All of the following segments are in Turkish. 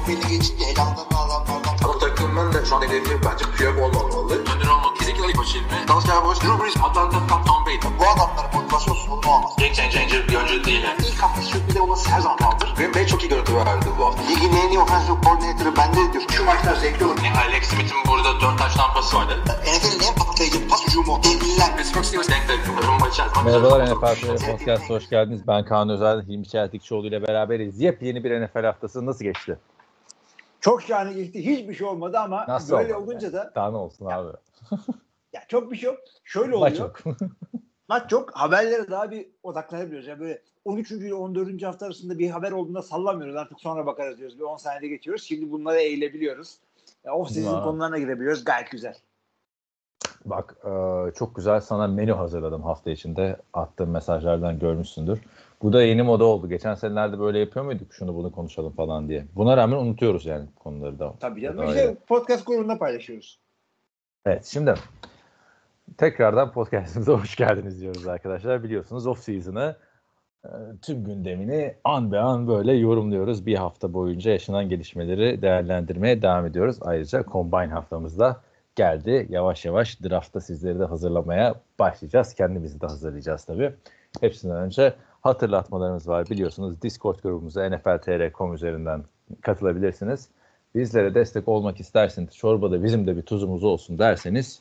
belli geçince helallarını adamlardan. Ama bu takımın da şu an hedefi bence playoff olmamalı. Önder olmak, Ezekiel Aybaşı ilmi. Dallas Cowboys, Drew Brees, Atlanta, Tom Brady. Bu adamların motivasyonsuz bunu olmaz. Game changer bir oyuncu değil. İlk hafta sürprize olması her zaman kaldır. Green Bay çok iyi görüntü verdi bu hafta. Ligin en iyi offensive coordinator'ı bende diyor. Şu maçlar zevkli olur. Alex Smith'in burada 4 taş tampası vardı. NFL'in en patlayıcı pas hücumu. Devliler. Pittsburgh Steelers denk de rumba içerisinde. Merhabalar NFL Podcast'a hoş geldiniz. Ben Kaan Özel, Hilmi Çeltikçioğlu ile beraberiz. Yepyeni bir NFL haftası nasıl geçti? Çok şahane geçti. Hiçbir şey olmadı ama Nasıl böyle olmadı olunca yani? da Daha ne olsun abi? ya çok bir şey yok. Şöyle Maç oluyor. yok. Maç yok. Haberlere daha bir odaklanabiliyoruz. Yani böyle 13. ile 14. hafta arasında bir haber olduğunda sallamıyoruz. Artık sonra bakarız diyoruz. Bir 10 saniyede geçiyoruz. Şimdi bunlara eğilebiliyoruz. Off-season konularına girebiliyoruz. Gayet güzel. Bak çok güzel sana menü hazırladım hafta içinde. Attığım mesajlardan görmüşsündür. Bu da yeni moda oldu. Geçen senelerde böyle yapıyor muyduk? Şunu bunu konuşalım falan diye. Buna rağmen unutuyoruz yani konuları da. Tabii canım. İşte podcast grubunda paylaşıyoruz. Evet, şimdi tekrardan podcast'ımıza hoş geldiniz diyoruz arkadaşlar. Biliyorsunuz off-season'ı tüm gündemini an be an böyle yorumluyoruz. Bir hafta boyunca yaşanan gelişmeleri değerlendirmeye devam ediyoruz. Ayrıca Combine haftamızda geldi. Yavaş yavaş draft'ta sizleri de hazırlamaya başlayacağız. Kendimizi de hazırlayacağız tabii. Hepsinden önce hatırlatmalarımız var. Biliyorsunuz Discord grubumuza nfl.tr.com üzerinden katılabilirsiniz. Bizlere destek olmak isterseniz, çorbada bizim de bir tuzumuz olsun derseniz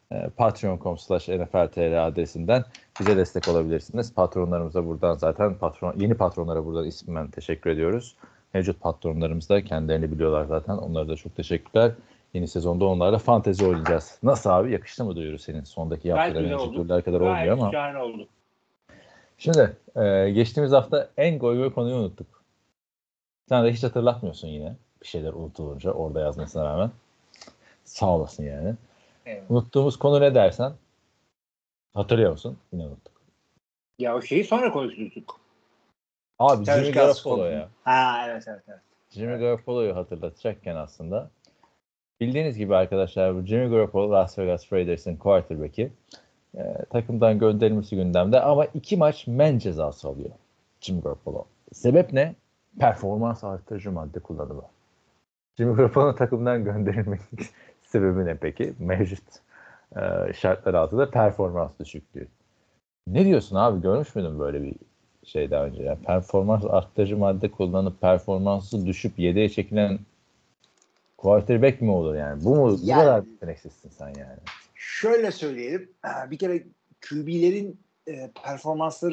patreon.com/nfl.tr adresinden bize destek olabilirsiniz. Patronlarımıza buradan zaten yeni patronlara buradan ismen teşekkür ediyoruz. Mevcut patronlarımız da kendilerini biliyorlar zaten. Onlara da çok teşekkürler. Yeni sezonda onlarla fantezi oynayacağız. Nasıl abi? Yakıştı mı duyuru senin sondaki yaptığın önceki kadar olmuyor ama. Şahane oldu. Şimdi geçtiğimiz hafta en goy konuyu unuttuk. Sen de hiç hatırlatmıyorsun yine. Bir şeyler unutulunca orada yazmasına rağmen. Sağ olasın yani. Evet. Unuttuğumuz konu ne dersen? Hatırlıyor musun? Yine unuttuk. Ya o şeyi sonra konuştuk. Abi Jimmy Garoppolo ya. Ha evet. Jimmy Garoppolo'yu hatırlatacakken aslında. Bildiğiniz gibi arkadaşlar bu Jimmy Garoppolo Las Vegas Raiders'in quarterback'i. Takımdan gönderilmesi gündemde ama 2 maç men cezası alıyor Jimmy Garoppolo. Sebep ne? Performans artırıcı madde kullanımı. Jimmy Garoppolo'nun takımdan gönderilmek sebebi ne peki? Mevcut şartlar altında performans düşüklüğü. Ne diyorsun abi? Görmüş müydün böyle bir şey daha önce? Yani performans arttırıcı madde kullanıp performansı düşüp yedeğe çekilen quarterback mi olur yani? Bu mu? Yani, bu kadar yeteneksizsin sen yani. Şöyle söyleyelim. Bir kere QB'lerin performans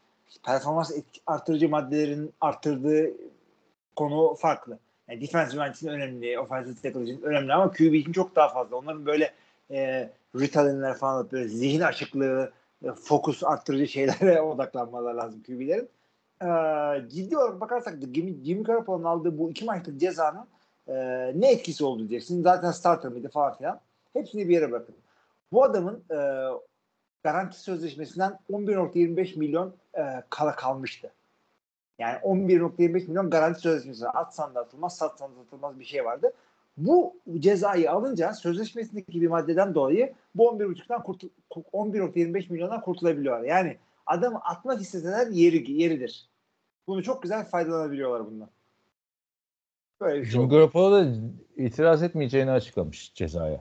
artırıcı maddelerin arttırdığı konu farklı. Yani defensive end için önemli, offensive tackle için önemli ama QB için çok daha fazla. Onların böyle Ritalinler falan böyle zihin açıklığı, fokus arttırıcı şeylere odaklanmalar lazım QB'lerin. Ciddi olarak bakarsak da Jimmy Garoppolo'nun aldığı bu 2 maçlık cezanın ne etkisi oldu diyeceksin. Zaten starter mıydı falan filan. Hepsini bir yere bırakın. Bu adamın garanti sözleşmesinden 11.25 milyon kalmıştı. Yani 11.25 milyon garanti sözleşmesi. Atsan da atılmaz, satsan da atılmaz bir şey vardı. Bu cezayı alınca sözleşmesindeki bir maddeden dolayı bu 11.25 milyondan kurtulabiliyorlar. Yani adamı atmak isteseler yeridir. Bunu çok güzel faydalanabiliyorlar bundan. Böyle bir şey Jimmy Garoppolo da itiraz etmeyeceğini açıklamış cezaya.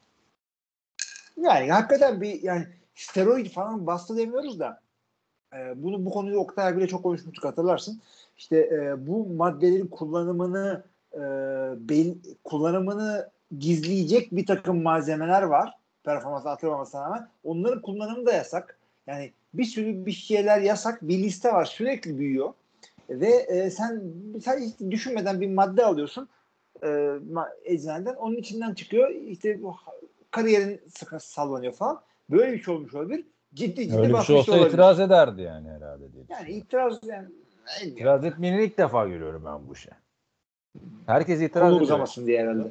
Yani hakikaten yani steroid falan bastı demiyoruz da bu konuyu Oktay bile çok konuşmuştuk hatırlarsın. İşte bu maddelerin kullanımını gizleyecek bir takım malzemeler var. Performans artırmamasına rağmen. Onların kullanımı da yasak. Yani bir sürü bir şeyler yasak. Bir liste var. Sürekli büyüyor. Ve sen hiç düşünmeden bir madde alıyorsun eczaneden. Onun içinden çıkıyor. İşte kariyerin sallanıyor falan. Böyle bir şey olmuş olabilir. Ciddi öyle bir şey olsa olabilir. itiraz ederdi yani herhalde diye. Yani itiraz itiraz etmeyeni ilk defa görüyorum ben bu işe. Herkes itiraz ediyor. uzamasın diye herhalde.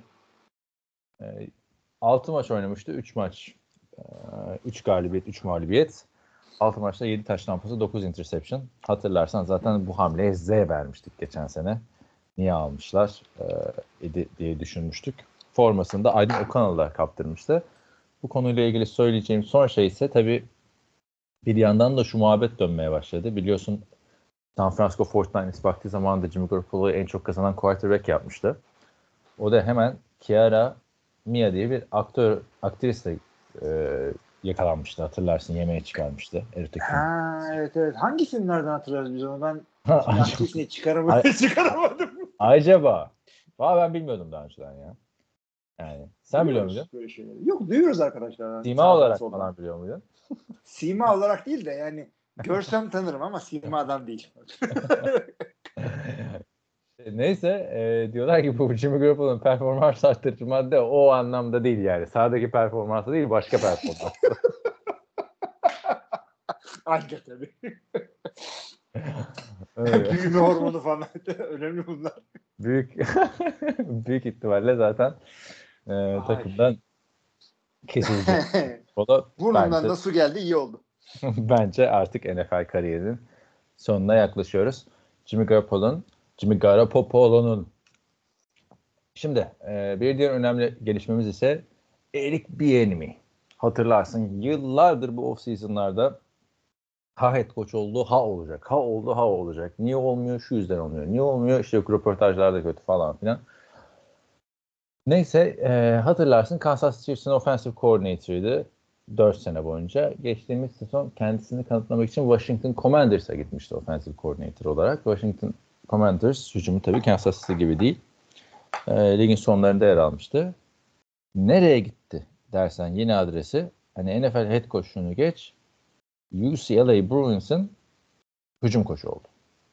6 maç oynamıştı. 3 maç. 3 galibiyet, 3 mağlubiyet. 6 maçta 7 taş tampası, 9 interception. Hatırlarsan zaten bu hamleye Z vermiştik geçen sene. Niye almışlar diye düşünmüştük. Formasını da Aydın Okanal'a kaptırmıştı. Bu konuyla ilgili söyleyeceğim son şey ise tabii bir yandan da şu muhabbet dönmeye başladı. Biliyorsun San Francisco 49ers baktığı zaman da Jimmy Garoppolo'yu en çok kazanan quarterback yapmıştı. O da hemen Kiara Mia diye bir aktrisle yakalanmıştı. Hatırlarsın, yemeğe çıkarmıştı. Ha, evet. Hangi filmlerden hatırlarız biz onu? Ben aktrisini çıkaramadım. Acaba? Ben bilmiyordum daha önceden ya. Yani sen biliyor muydun? Böyle şeyleri. Yok, duyuyoruz arkadaşlar. Sima olarak falan biliyor muydun? Sima olarak değil de yani görsem tanırım ama simadan değil. Neyse diyorlar ki bu Jimmy Garoppolo'nun performans arttırıcı madde o anlamda değil yani. Sahadaki performansı değil, başka performans. Anca tabii. Öyle. Büyüme hormonu falan. Önemli bunlar. Büyük ihtimalle zaten takımdan kesilecek. O da burnundan da su geldi, iyi oldu. bence artık NFL kariyerinin sonuna yaklaşıyoruz. Jimmy Garoppolo'nun. Şimdi bir diğer önemli gelişmemiz ise Eric Bieniemy. Hatırlarsın, yıllardır bu off-season'larda ha head coach oldu, ha olacak. Ha oldu, ha olacak. Niye olmuyor? Şu yüzden olmuyor. Niye olmuyor? İşte röportajlarda kötü falan filan. Neyse hatırlarsın, Kansas City Chiefs'in offensive coordinator'ıydı 4 sene boyunca. Geçtiğimiz sezon kendisini kanıtlamak için Washington Commanders'a gitmişti offensive coordinator olarak. Washington Commanders hücumu tabii Kansas City gibi değil. Ligin sonlarında yer almıştı. Nereye gitti dersen yeni adresi, hani NFL head coach'unu geç, UCLA Bruins'ın hücum koçu oldu.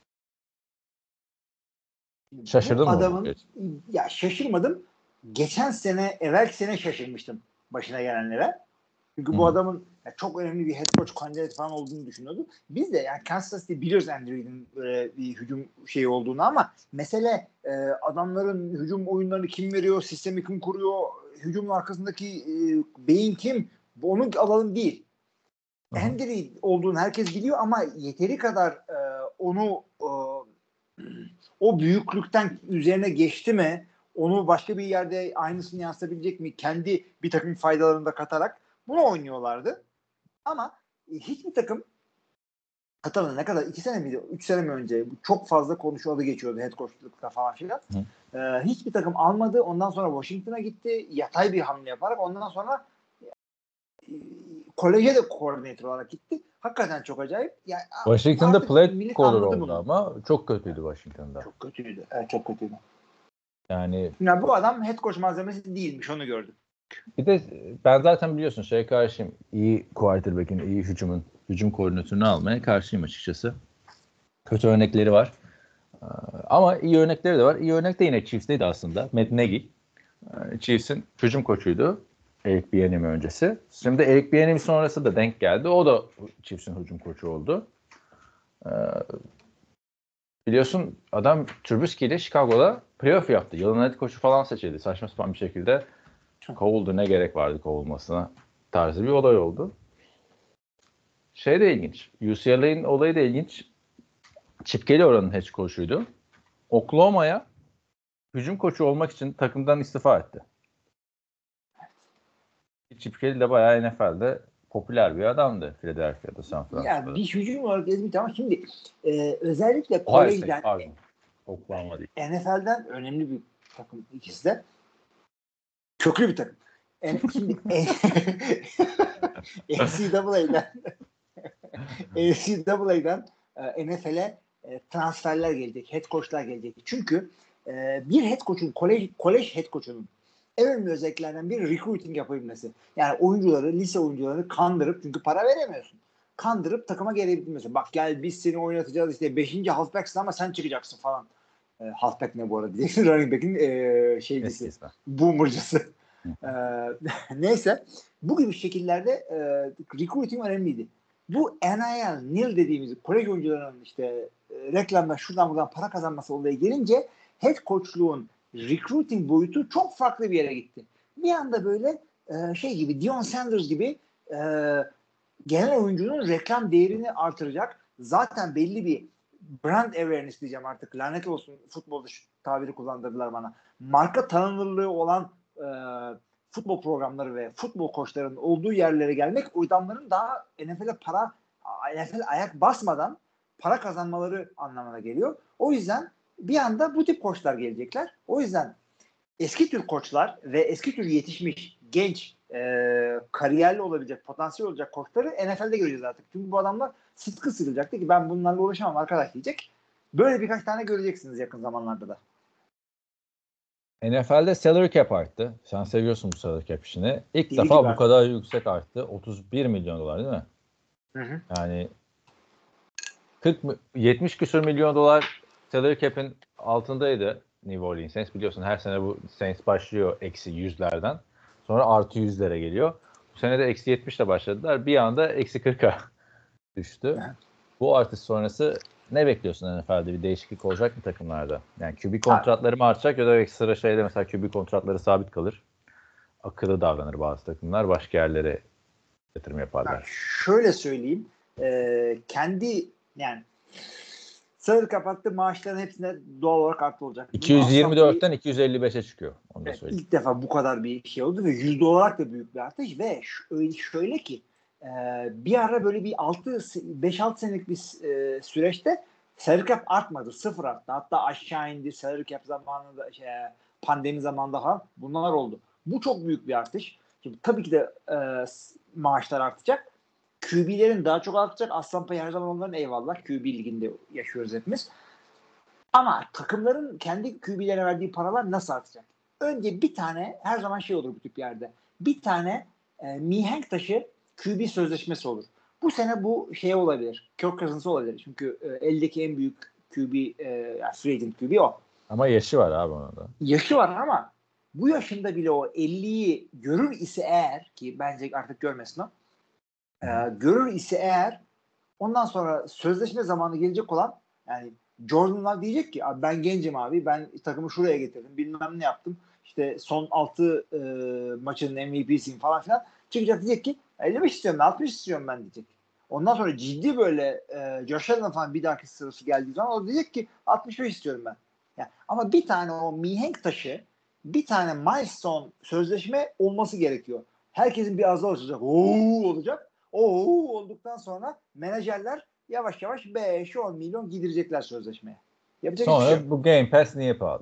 Şaşırdın mı? Adamın, ya şaşırmadım. Geçen sene, evvelki sene şaşırmıştım başına gelenlere. Çünkü bu adamın çok önemli bir head coach kandidati falan olduğunu düşünüyordu. Biz de yani Kansas City biliyoruz Andy Reid'in bir hücum şeyi olduğunu ama mesele adamların hücum oyunlarını kim veriyor, sistemi kim kuruyor, hücumun arkasındaki beyin kim, onu alalım değil. Andy Reid olduğunu herkes biliyor ama yeteri kadar onu o büyüklükten üzerine geçti mi? Onu başka bir yerde aynısını yansıtabilecek mi? Kendi bir takım faydalarını da katarak bunu oynuyorlardı. Ama hiçbir takım hatta ne kadar 2 sene miydi? 3 sene mi önce çok fazla konuşuyordu, geçiyordu head coachlukta falan filan. Hiçbir takım almadı. Ondan sonra Washington'a gitti. Yatay bir hamle yaparak ondan sonra koleje de koordinatör olarak gitti. Hakikaten çok acayip. Yani Washington'da play caller oldu bunu. Ama çok kötüydü Washington'da. Çok kötüydü. Evet, çok kötüydü. Yani bu adam head coach malzemesi değilmiş, onu gördüm. Bir de ben zaten biliyorsun karşıyım. İyi quarterback'in, iyi hücum koordinatörünü almaya karşıyım açıkçası. Kötü örnekleri var. Ama iyi örnekleri de var. İyi örnek de yine Chiefs'teydi aslında. Matt Nagy. Chiefs'in hücum koçuydu. Eric Bieniemy öncesi. Şimdi Eric Bieniemy sonrası da denk geldi. O da Chiefs'in hücum koçu oldu. Biliyorsun adam Trubisky ile Chicago'da playoff yaptı. Yılın head koçu falan seçildi. Saçma sapan bir şekilde kovuldu. Ne gerek vardı kovulmasına tarzı bir olay oldu. De ilginç. UCLA'nın olayı da ilginç. Chip Kelly oranın head coach'uydu. Oklahoma'ya hücum koçu olmak için takımdan istifa etti. Chip Kelly de bayağı NFL'de popüler bir adamdı Philadelphia'da, San Francisco'da. Yani bir hücum olarak ezmiş ama şimdi özellikle kolejden Oklahoma değil. NFL'den önemli bir takım ikisi de. Köklü bir takım. Şimdi NCAA'den NFL'e transferler gelecek, head coach'lar gelecek. Çünkü bir head coach'un, kolej head coach'unun en önemli özelliklerinden biri recruiting yapabilmesi. Yani oyuncuları, lise oyuncularını kandırıp, çünkü para veremiyorsun, kandırıp takıma gelebilmesi. Bak gel biz seni oynatacağız, işte 5. halfback'sin ama sen çıkacaksın falan. Halfback ne bu arada diyeceksin. Running back'in şeycisi, boomer'cısı. Neyse. Bu gibi şekillerde recruiting önemliydi. Bu NIL dediğimiz kolej oyuncularının işte reklamdan şuradan buradan para kazanması olayı gelince head coachluğun recruiting boyutu çok farklı bir yere gitti. Bir anda böyle gibi Deion Sanders gibi genel oyuncunun reklam değerini artıracak, zaten belli bir brand awareness diyeceğim artık, lanet olsun futbolda şu tabiri kullandırdılar bana. Marka tanınırlığı olan futbol programları ve futbol koçlarının olduğu yerlere gelmek, o adamların daha NFL ayak basmadan para kazanmaları anlamına geliyor. O yüzden bir anda bu tip koçlar gelecekler. O yüzden eski tür koçlar ve eski tür yetişmiş genç kariyerli olabilecek, potansiyel olacak koçları NFL'de göreceğiz artık. Çünkü bu adamlar sıtkı sıkılacaktı ki ben bunlarla uğraşamam arkadaş diyecek. Böyle birkaç tane göreceksiniz yakın zamanlarda da. NFL'de salary cap arttı. Sen seviyorsun bu salary cap işini. İlk Deli defa gibi bu kadar yüksek arttı. 31 milyon dolar değil mi? Hı. Yani 70 küsur milyon dolar salary cap'in altındaydı New Orleans Saints. Biliyorsun her sene bu Saints başlıyor eksi 100'lerden. Sonra artı 100'lere geliyor. Bu sene de eksi 70 ile başladılar. Bir anda eksi 40'a düştü. Bu artış sonrası ne bekliyorsun NFL'de? Bir değişiklik olacak mı takımlarda? Yani QB kontratları mı artacak ya da ekstra şeyde mesela QB kontratları sabit kalır. Akıllı davranır bazı takımlar. Başka yerlere yatırım yaparlar. Şöyle söyleyeyim. Kendi yani sınır kapattı maaşların hepsine doğal olarak arttı olacak. 224'ten 255'e çıkıyor. Onu da söyleyeyim. İlk defa bu kadar bir şey oldu ve yüzde olarak da büyük bir artış ve şöyle ki bir ara böyle bir 5-6 senelik bir süreçte salary cap artmadı. Sıfır arttı. Hatta aşağı indi salary cap zamanında pandemi zamanında falan bunlar oldu. Bu çok büyük bir artış. Şimdi, tabii ki de maaşlar artacak. QB'lerin daha çok artacak. Aslan payı her zaman onların eyvallah. QB liginde yaşıyoruz hepimiz. Ama takımların kendi QB'lerine verdiği paralar nasıl artacak? Önce bir tane her zaman şey olur bu tip yerde. Bir tane mihenk taşı QB sözleşmesi olur. Bu sene bu şey olabilir. Kirk Cousins olabilir. Çünkü eldeki en büyük QB yani free agent QB o. Ama yaşı var abi ona da. Yaşı var ama bu yaşında bile o 50'yi görür ise eğer ki bence artık görmesin o. Görür ise eğer ondan sonra sözleşme zamanı gelecek olan yani Jordan'lar diyecek ki abi ben gencim abi ben takımı şuraya getirdim bilmem ne yaptım işte son 6 maçın MVP'siyim falan filan çıkacak diyecek ki 55 istiyorum ben 60 istiyorum ben diyecek. Ondan sonra ciddi böyle Josh Allen falan bir dahaki sırası geldiği zaman o diyecek ki 65 istiyorum ben. Yani, ama bir tane o mihenk taşı bir tane milestone sözleşme olması gerekiyor. Herkesin bir ağzı açacak. Oo olacak. O olduktan sonra menajerler yavaş yavaş 5-10 milyon gidirecekler sözleşmeye. Yapacak sonra hiçbir şey bu Game Pass niye pahalı?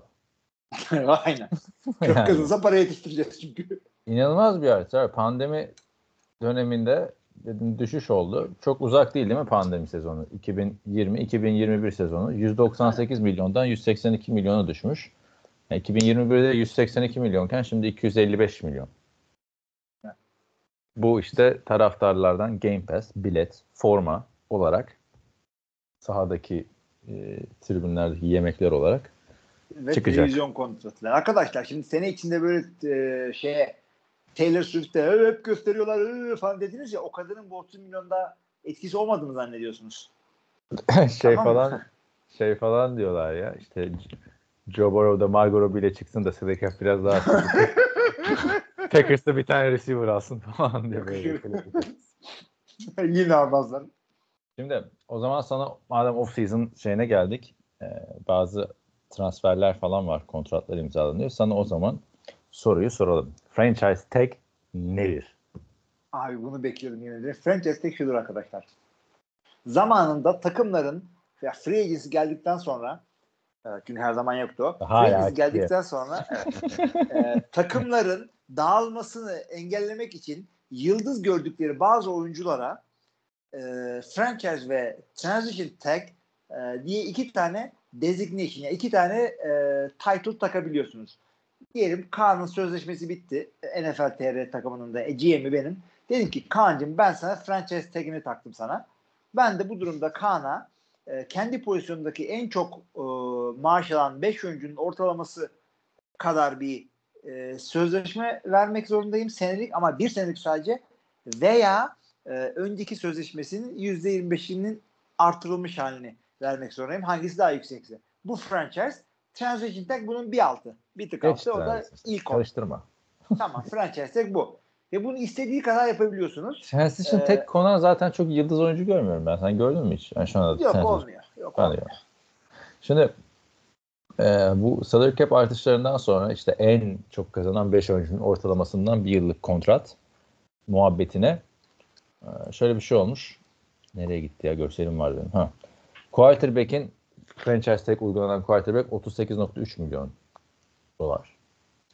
Aynen. Çok kızınsa para yetiştireceğiz çünkü. İnanılmaz bir artış. Pandemi döneminde düşüş oldu. Çok uzak değil mi pandemi sezonu? 2020-2021 sezonu. 198 milyondan 182 milyona düşmüş. Yani 2021'de 182 milyonken şimdi 255 milyon. Bu işte taraftarlardan Game Pass, bilet, forma olarak sahadaki tribünlerdeki yemekler olarak ve çıkacak. Televizyon kontratları. Arkadaşlar şimdi sene içinde böyle Taylor Swift'te hep gösteriyorlar falan dediniz ya o kadının bu 30 milyonda etkisi olmadığını zannediyorsunuz. Şey falan diyorlar ya işte Joe Burrow'da Margot Robbie ile çıksın da salary cap biraz daha çıksın. Packers'ta bir tane receiver alsın falan diye böyle. Yine almazlar. Şimdi o zaman sana madem off-season şeyine geldik bazı transferler falan var. Kontratlar imzalanıyor. Sana o zaman soruyu soralım. Franchise tag nedir? Abi bunu bekliyordum yine de. Franchise tag şudur arkadaşlar. Zamanında takımların free agency geldikten sonra çünkü her zaman yoktu o. Free agency geldikten sonra takımların dağılmasını engellemek için yıldız gördükleri bazı oyunculara franchise ve transition tag diye iki tane designation yani iki tane title takabiliyorsunuz. Diyelim Kaan'ın sözleşmesi bitti. NFL TR takımının da GM'i benim. Dedim ki Kaan'cığım ben sana franchise tag'ini taktım sana. Ben de bu durumda Kaan'a kendi pozisyonundaki en çok maaş alan 5 oyuncunun ortalaması kadar bir sözleşme vermek zorundayım senelik ama bir senelik sadece veya önceki sözleşmesinin %25'inin artırılmış halini vermek zorundayım. Hangisi daha yüksekse. Bu franchise transition tag bunun bir altı. Bir tık altı o da ilk karıştırma. Tamam franchise tag bu. Ve bunu istediği kadar yapabiliyorsunuz. Transition tag konan zaten çok yıldız oyuncu görmüyorum ben. Sen gördün mü hiç? Yani şu anda yok olmuyor. Şimdi bu salary cap artışlarından sonra işte en çok kazanan 5 oyuncunun ortalamasından bir yıllık kontrat muhabbetine şöyle bir şey olmuş. Nereye gitti ya? Görselim var benim. Quarterback'in franchise tag uygulanan quarterback 38.3 milyon dolar.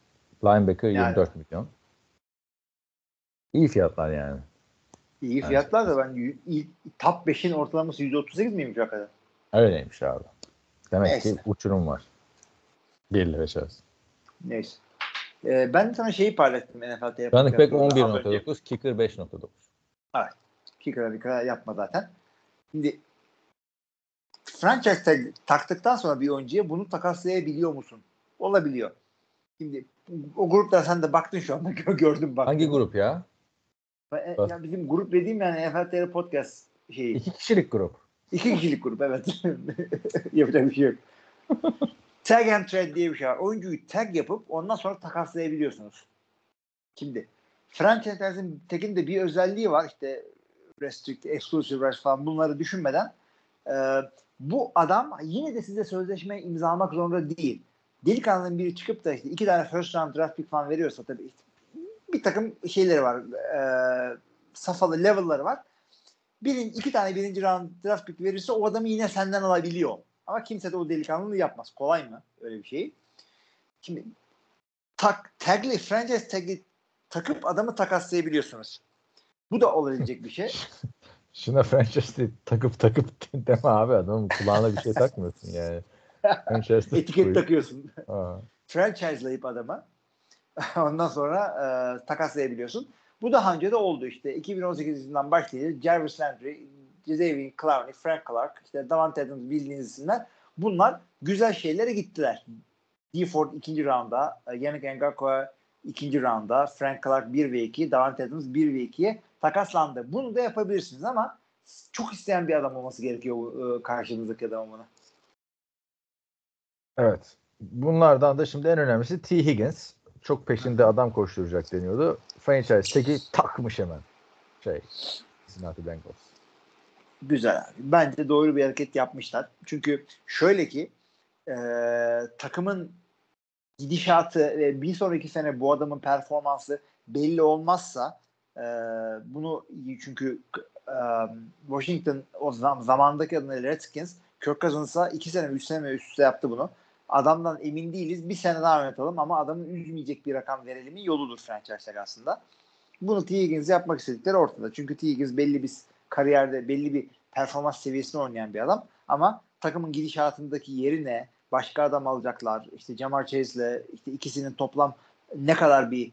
Linebacker Yani. 24 milyon. İyi fiyatlar yani. İyi fiyatlar da ben top 5'in ortalaması 138 miymiş hakikaten? Öyleymiş abi. Demek Neyse. ki uçurum var. 1 ile 5 arası. Neyse. Ben sana şeyi paylaştım NFL TV Running back podcast'ta. 11.9, kicker 5.9. Evet. Kicker'a yapma zaten. Şimdi franchise tag taktıktan sonra bir oyuncuya bunu takaslayabiliyor musun? Olabiliyor. Şimdi o grupta sen de baktın şu anda gördüm baktın. Hangi grup ya? Ya bizim grup dediğim yani NFL TV podcast şeyi. 2 kişilik grup. 2 kişilik grup evet. Yapacak bir şey yok. Tag and trade diye bir şey var. Oyuncuyu tag yapıp ondan sonra takaslayabiliyorsunuz. Şimdi franchise'in tag'in de bir özelliği var. İşte restrict, exclusive rights falan bunları düşünmeden bu adam yine de size sözleşme imzalamak zorunda değil. Delikanlının biri çıkıp da işte 2 tane first round draft pick falan veriyorsa tabii işte bir takım şeyleri var. Safhalı level'ları var. 2 tane birinci round draft pick verirse o adamı yine senden alabiliyor. Ama kimse de o delikanlılığı yapmaz. Kolay mı öyle bir şey? Şimdi franchise tag'i takıp adamı takaslayabiliyorsunuz. Bu da olabilecek bir şey. Şuna franchise takıp deme abi, adamın kulağına bir şey takmıyorsun yani. Etiket takıyorsun. Aa. Franchise'layıp adama ondan sonra takaslayabiliyorsun. Bu daha önce de oldu işte. 2018 yılından başlayınca Jarvis Landry, Jadeveon Clowney, Frank Clark, işte Davante Adams bildiğiniz isimler. Bunlar güzel şeylere gittiler. Dee Ford 2. rounda, Yannick Ngakoue 2. rounda, Frank Clark 1 ve 2, Davante Adams 1 ve 2'ye takaslandı. Bunu da yapabilirsiniz ama çok isteyen bir adam olması gerekiyor karşınızdaki adamın buna. Evet. Bunlardan da şimdi en önemlisi T. Higgins. Çok peşinde adam koşturacak deniyordu. Franchise tag'i takmış hemen. Cincinnati Bengals. Güzel abi. Bence doğru bir hareket yapmışlar. Çünkü şöyle ki takımın gidişatı ve bir sonraki sene bu adamın performansı belli olmazsa bunu çünkü Washington o zamandaki adına Redskins Kirk Cousins'a 2 sene 3 sene üst üste yaptı bunu. Adamdan emin değiliz. Bir sene daha oynatalım ama adamın üzmeyecek bir rakam verelim yoludur franchise aslında. Bunu T. Higgins'e yapmak istedikleri ortada. Çünkü T. Higgins belli bir kariyerde belli bir performans seviyesinde oynayan bir adam. Ama takımın gidişatındaki yeri ne? Başka adam alacaklar. İşte Ja'Marr Chase'le işte ikisinin toplam ne kadar bir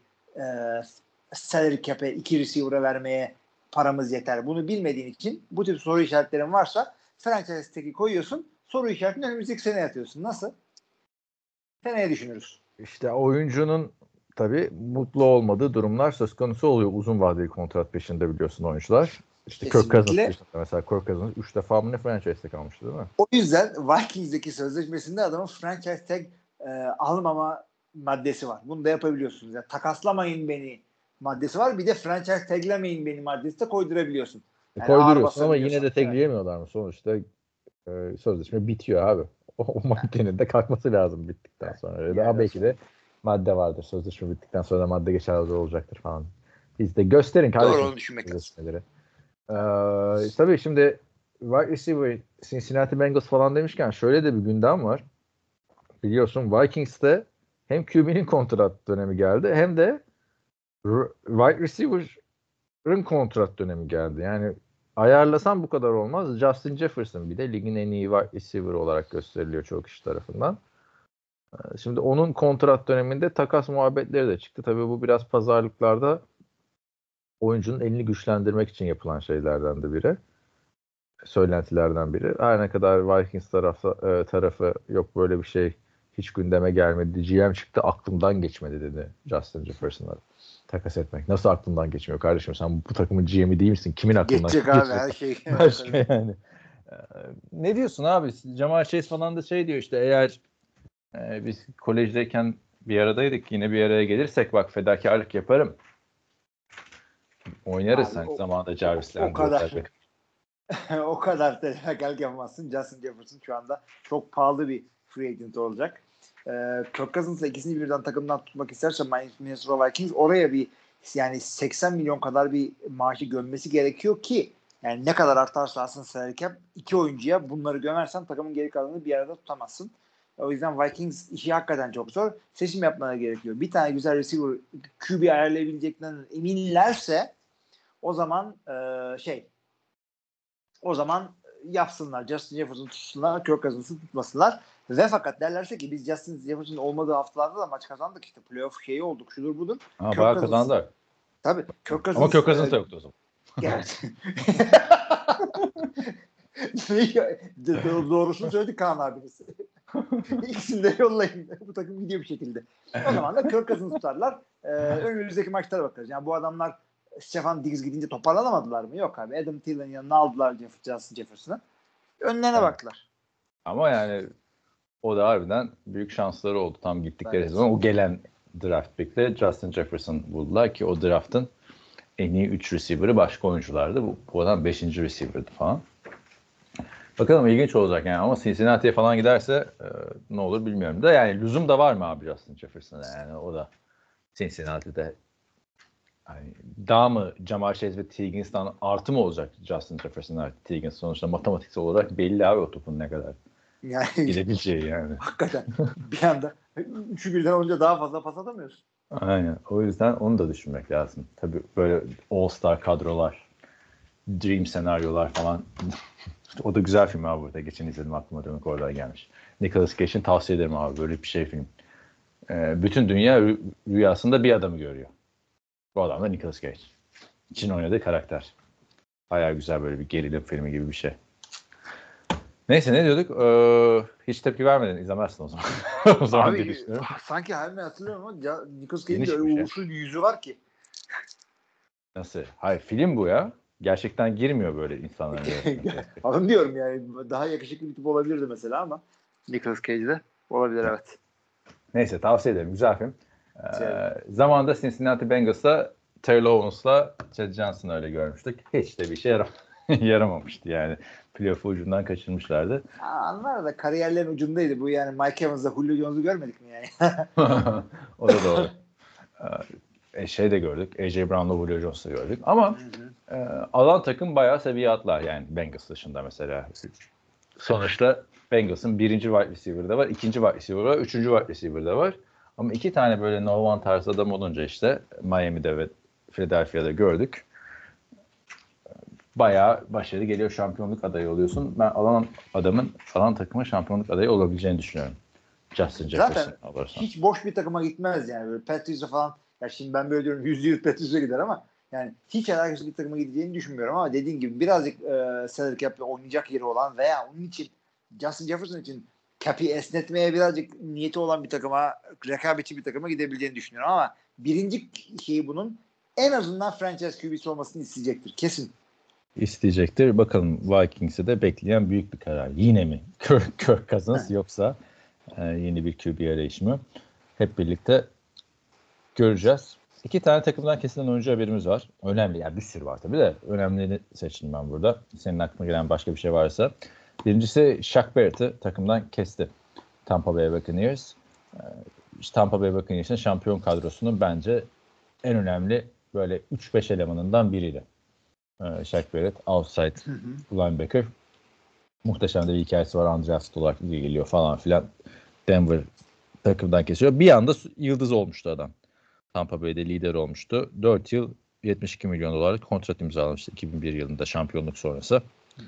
salary cap'e 2 receiver'a vermeye paramız yeter. Bunu bilmediğin için bu tip soru işaretlerin varsa franchise tag'i koyuyorsun. Soru işaretini önümüzdeki sene atıyorsun. Nasıl? Seneye düşünürüz. İşte oyuncunun tabii mutlu olmadığı durumlar söz konusu oluyor. Uzun vadeli kontrat peşinde biliyorsun oyuncular. İşte Kirk Cousins peşinde mesela. Kirk Cousins 3 defa mı ne franchise'de kalmıştı değil mi? O yüzden Vikings'deki sözleşmesinde adamın franchise tag almama maddesi var. Bunu da yapabiliyorsunuz. Yani takaslamayın beni maddesi var. Bir de franchise taglemeyin beni maddesi de koydurabiliyorsun. Yani koyduruyorsun ama yine de tagleyemiyorlar mı? Sonuçta sözleşme bitiyor abi. O maddenin de kalkması lazım bittikten sonra. Yani daha belki de madde vardır. Sözleşme bittikten sonra da madde geçerli olacaktır falan. Biz de gösterin kardeşim. Doğru, onu düşünmek lazım. Tabii şimdi wide receiver Cincinnati Bengals falan demişken şöyle de bir gündem var. Biliyorsun Vikings'te hem QB'nin kontrat dönemi geldi hem de wide receiver'ın kontrat dönemi geldi. Yani ayarlasan bu kadar olmaz. Justin Jefferson bir de ligin en iyi wide receiver olarak gösteriliyor çoğu kişi tarafından. Şimdi onun kontrat döneminde takas muhabbetleri de çıktı. Tabii bu biraz pazarlıklarda oyuncunun elini güçlendirmek için yapılan şeylerden de biri. Söylentilerden biri. Her ne kadar Vikings tarafı yok böyle bir şey hiç gündeme gelmedi. GM çıktı aklımdan geçmedi dedi Justin Jefferson'a takas etmek. Nasıl aklımdan geçmiyor kardeşim? Sen bu takımın GM'i değil misin? Kimin aklından geçecek abi her şey. Başka yani. Ne diyorsun abi? Ja'Marr Chase falan da şey diyor işte eğer biz kolejdeyken bir aradaydık yine bir araya gelirsek bak fedakarlık yaparım. Oynarız abi, sen zamanında Jarvis'le. O kadar. O kadar fedakarlık yapamazsın. Justin Jefferson şu anda çok pahalı bir free agent olacak. Kirk Cousins'la ikisini birden takımdan tutmak isterse Minnesota Vikings oraya bir yani 80 milyon kadar bir maaşı gömmesi gerekiyor ki yani ne kadar artarsa alsın salary cap 2 oyuncuya bunları gömersen takımın geri kalanını bir arada tutamazsın. O yüzden Vikings işi hakikaten çok zor. Seçim yapmaları gerekiyor. Bir tane güzel receiver QB ayarlayabileceklerinden eminlerse o zaman o zaman yapsınlar. Justin Jefferson tutsunlar. Kirk Cousins'ı tutmasınlar. Ve fakat derlerse ki biz Justin Jefferson olmadığı haftalarda da maç kazandık. İşte playoff şeyi olduk. Şudur budur. Bayağı kazandılar. Tabii. Kirk Cousins, ama Kirk Cousins da yoktu o zaman. Evet. Doğrusunu söyledi Kaan abimiz. İkisini de yollayın. Bu takım gidiyor bir şekilde. O zaman da Kirk Cousins'ı tutarlar. Önümüzdeki maçlara bakarız. Yani bu adamlar Stefan Diggs gidince toparlanamadılar mı? Yok abi. Adam Thielen'ın yanına aldılar Justin Jefferson'ı. Önlerine baktılar. Ama yani o da harbiden büyük şansları oldu. Tam gittikleri zaman o gelen draft pick'te Justin Jefferson buldular ki o draft'ın en iyi 3 receiver'ı başka oyunculardı. Bu adam 5. receiver'dı falan. Bakalım ilginç olacak yani ama Cincinnati'ye falan giderse ne olur bilmiyorum da yani lüzum da var mı abi Justin Jefferson'a yani o da Cincinnati'de yani daha mı Ja'Marr Chase ve T. Higgins'tan artı mı olacak Justin Jefferson artı T. Higgins sonuçta matematiksel olarak belli abi o topun ne kadar yani, gidebileceği yani. Hakikaten bir anda 3'ü birden olunca daha fazla pas atamıyorsun. Aynen o yüzden onu da düşünmek lazım. Tabii böyle all-star kadrolar dream senaryolar falan o da güzel film abi burada. Geçen izledim aklıma dönük oradan gelmiş. Nicolas Cage'in tavsiye ederim abi. Böyle bir şey film. Bütün dünya rüyasında bir adamı görüyor. Bu adam da Nicolas Cage. İçin oynadığı karakter. Bayağı güzel böyle bir gerilim filmi gibi bir şey. Neyse ne diyorduk? Hiç tepki vermedin. İzlemezsin o zaman. o zaman abi sanki halini hatırlıyorum ama Nicolas Cage'in de öyle uğursuz bir yüzü var ki. Nasıl? Hayır film bu ya. Gerçekten girmiyor böyle insanların. Onu diyorum yani. Daha yakışıklı bir tip olabilirdi mesela ama Nicolas Cage'de olabilir evet. Neyse tavsiye ederim. Güzel film. Zamanında Cincinnati Bengals'la Terrell Owens'la Chad Johnson'ı öyle görmüştük. Hiç de bir şey yaramamıştı yani. Playoff'u ucundan kaçırmışlardı. Onlar da kariyerlerin ucundaydı. Bu yani Mike Evans'la Julio Jones'u görmedik mi yani? O da doğru. Şey de gördük. A.J. Brown'la Julio Jones'u gördük. Ama alan takım bayağı seviye atlar yani Bengals dışında mesela. Sonuçta Bengals'ın 1. wide receiver'da var, 2. wide receiver'da var, 3. wide receiver'da var. Ama 2 tane böyle no one tarzı adam olunca işte Miami'de ve Philadelphia'da gördük. Bayağı başarılı geliyor. Şampiyonluk adayı oluyorsun. Ben alan takımın şampiyonluk adayı olabileceğini düşünüyorum. Justin Jefferson olursa. Hiç boş bir takıma gitmez yani. Böyle Patrice'e falan. Ya şimdi ben böyle diyorum %100 Patrice'e gider ama yani hiç alakası bir takıma gideceğini düşünmüyorum ama dediğin gibi birazcık salary cap'le oynayacak yeri olan veya onun için Justin Jefferson için cap'i esnetmeye birazcık niyeti olan bir takıma, rekabetçi bir takıma gidebileceğini düşünüyorum ama birinci şeyi bunun en azından franchise QB'si olmasını isteyecektir. Kesin. İsteyecektir. Bakalım Vikings'e de bekleyen büyük bir karar. Yine mi? Kirk Cousins yoksa yeni bir QB arayışı mı? Hep birlikte göreceğiz. 2 tane takımdan kesilen oyuncu haberimiz var. Önemli. Yani bir sürü var tabii de. Önemlileri seçtim ben burada. Senin aklına gelen başka bir şey varsa. Birincisi Shaq Barrett'ı takımdan kesti. Tampa Bay Buccaneers. Tampa Bay Buccaneers'ın şampiyon kadrosunun bence en önemli böyle 3-5 elemanından biriydi. Shaq Barrett, outside linebacker. Muhteşem de bir hikayesi var. Undrafted olarak geliyor falan filan. Denver takımdan kesiyor. Bir anda yıldız olmuştu adam. Tampa Bay'de lider olmuştu. 4 yıl 72 milyon dolarlık kontrat imzalamıştı 2001 yılında şampiyonluk sonrası.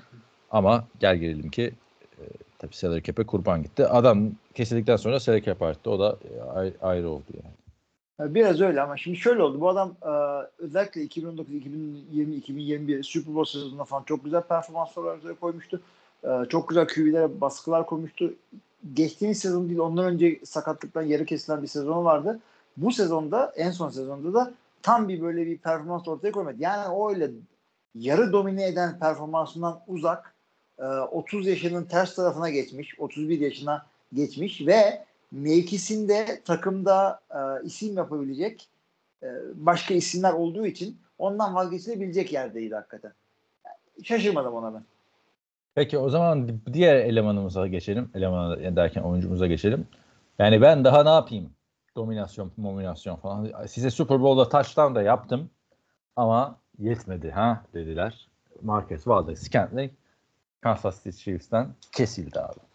Ama gel gelelim ki tabii salary cap'e kurban gitti. Adam kesildikten sonra salary cap arttı. O da ayrı oldu yani. Biraz öyle ama şimdi şöyle oldu. Bu adam özellikle 2019, 2020, 2021 Super Bowl sezonunda falan çok güzel performanslar ortaya koymuştu. Çok güzel QB'lere baskılar koymuştu. Geçtiğimiz sezon değil, ondan önce sakatlıktan yarı kesilen bir sezon vardı. Bu sezonda, en son sezonda da tam bir böyle bir performans ortaya koymadı. Yani o öyle yarı domine eden performansından uzak 30 yaşının ters tarafına geçmiş, 31 yaşına geçmiş ve mevkisinde takımda isim yapabilecek başka isimler olduğu için ondan vazgeçilebilecek yerdeydi hakikaten. Şaşırmadım ona ben. Peki o zaman diğer elemanımıza geçelim. Eleman derken oyuncumuza geçelim. Yani ben daha ne yapayım? Dominasyon falan. Size Super Bowl'da touchdown da yaptım ama yetmedi dediler. Marcus Valdes-Scantling Kansas City Chiefs'ten kesildi abi.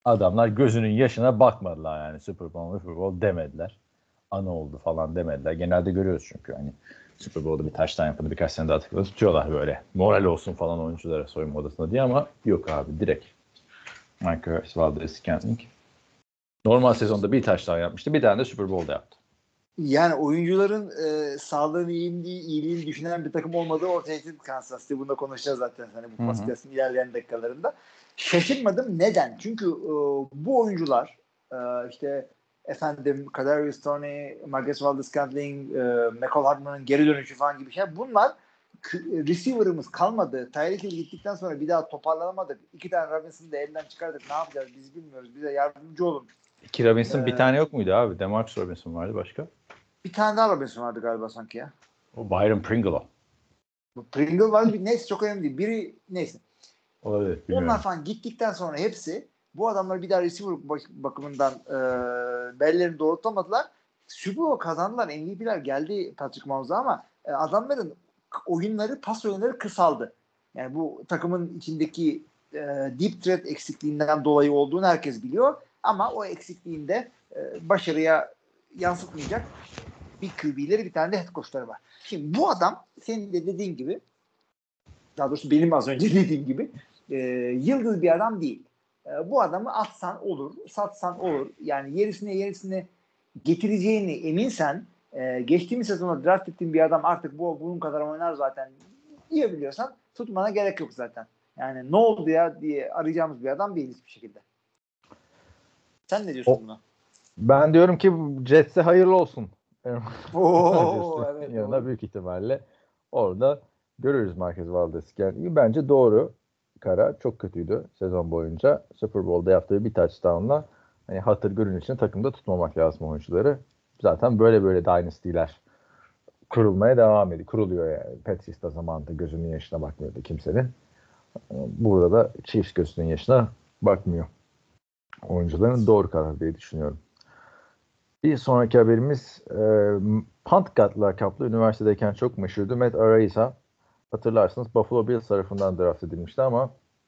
Adamlar gözünün yaşına bakmadılar yani. Super Bowl demediler. Ana oldu falan demediler. Genelde görüyoruz çünkü hani Super Bowl'da bir taştan yapıldı, birkaç sene daha tutuyorlar böyle. Moral olsun falan oyunculara soyunma odasında diye ama yok abi direkt. Michael Valdez-Scantling normal sezonda bir taştan yapmıştı. Bir tane de Super Bowl'da yaptı. Yani oyuncuların sağlığını, iyiliğini düşünen bir takım olmadığı ortaya çıktı Kansas City. Bunu da konuşacağız zaten hani bu podcast'ın ilerleyen dakikalarında. Şaşırmadım. Neden? Çünkü bu oyuncular işte efendim Kadarius Toney, Marcus Valdez-Scantling, McCall Hardman'ın geri dönüşü falan gibi şey. Bunlar receiver'ımız kalmadı. Tyreek Hill gittikten sonra bir daha toparlanamadık. 2 tane Robinson'ı da elden çıkardık. Ne yapacağız? Biz bilmiyoruz. Bize yardımcı olun. İki Robinson bir tane yok muydu abi? DeMarcus Robinson vardı başka. Bir tane daha Robinson vardı galiba sanki ya. O Byron Pringle o. Pringle var. Neyse çok önemli değil. Biri neyse. Olabilir. Bilmiyorum. Onlar falan gittikten sonra hepsi bu adamlar bir daha receiver bakımından bellerini doğrultamadılar. Super Bowl kazandılar. MVP'ler geldi Patrick Mahomes'a ama adamların oyunları, pas oyunları kısaldı. Yani bu takımın içindeki deep threat eksikliğinden dolayı olduğunu herkes biliyor. Ama o eksikliğinde başarıya yansıtmayacak bir QB'leri, bir tane de head coach'ları var. Şimdi bu adam senin de dediğin gibi, daha doğrusu benim az önce dediğim gibi yıldız bir adam değil. Bu adamı atsan olur, satsan olur. Yani yerisine getireceğini eminsen, geçtiğimiz sezonda draft ettiğin bir adam artık bunun kadar oynar zaten diyebiliyorsan tutmana gerek yok zaten. Yani ne oldu ya diye arayacağımız bir adam değil hiçbir şekilde. Sen ne diyorsun buna? Ben diyorum ki Jets'e hayırlı olsun. Evet, yanına büyük ihtimalle orada görürüz Marquez Valdez-Scantling. Bence doğru karar. Çok kötüydü sezon boyunca. Super Bowl'da yaptığı bir touchdown'la hani hatır görün için takımda tutmamak lazım oyuncuları. Zaten böyle dynasty'ler kurulmaya devam ediyor. Kuruluyor yani. Patriots da zamanında gözünün yaşına bakmıyordu kimsenin. Burada da Chiefs gözünün yaşına bakmıyor. Oyuncuların doğru karar diye düşünüyorum. Bir sonraki haberimiz Punt God lakaplı üniversitedeyken çok meşhurdu. Matt Araiza. Hatırlarsınız Buffalo Bills tarafından draft edilmişti ama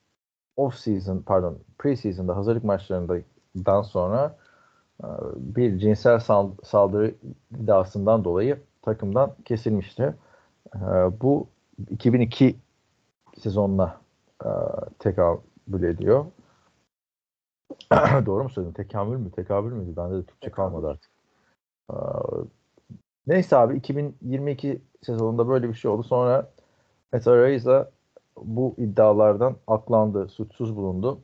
pre-season'da hazırlık maçlarından sonra bir cinsel saldırı iddiasından dolayı takımdan kesilmişti. Bu 2002 sezonuna tekabül ediyor. Doğru mu söyledim? Tekabül müydü? Bende de Türkçe kalmadı artık. Neyse abi 2022 sezonunda böyle bir şey oldu. Sonra Matt Araiza bu iddialardan aklandı, suçsuz bulundu.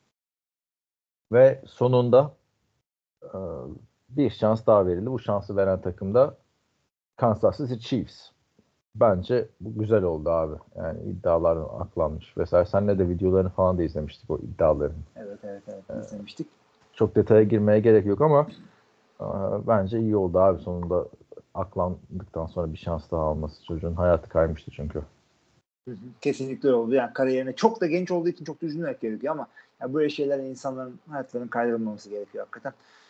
Ve sonunda bir şans daha verildi. Bu şansı veren takım da Kansas City Chiefs. Bence bu güzel oldu abi. Yani iddialardan aklanmış vesaire. Senle de videolarını falan da izlemiştik o iddiaların. Evet izlemiştik. Çok detaya girmeye gerek yok ama bence iyi oldu abi sonunda aklandıktan sonra bir şans daha alması. Çocuğun hayatı kaymıştı çünkü. Kesinlikle oldu. Yani kariyerine çok da genç olduğu için çok da üzülmek gerekiyor ama yani böyle şeyler insanların hayatlarının kaydırılmaması gerekiyor hakikaten.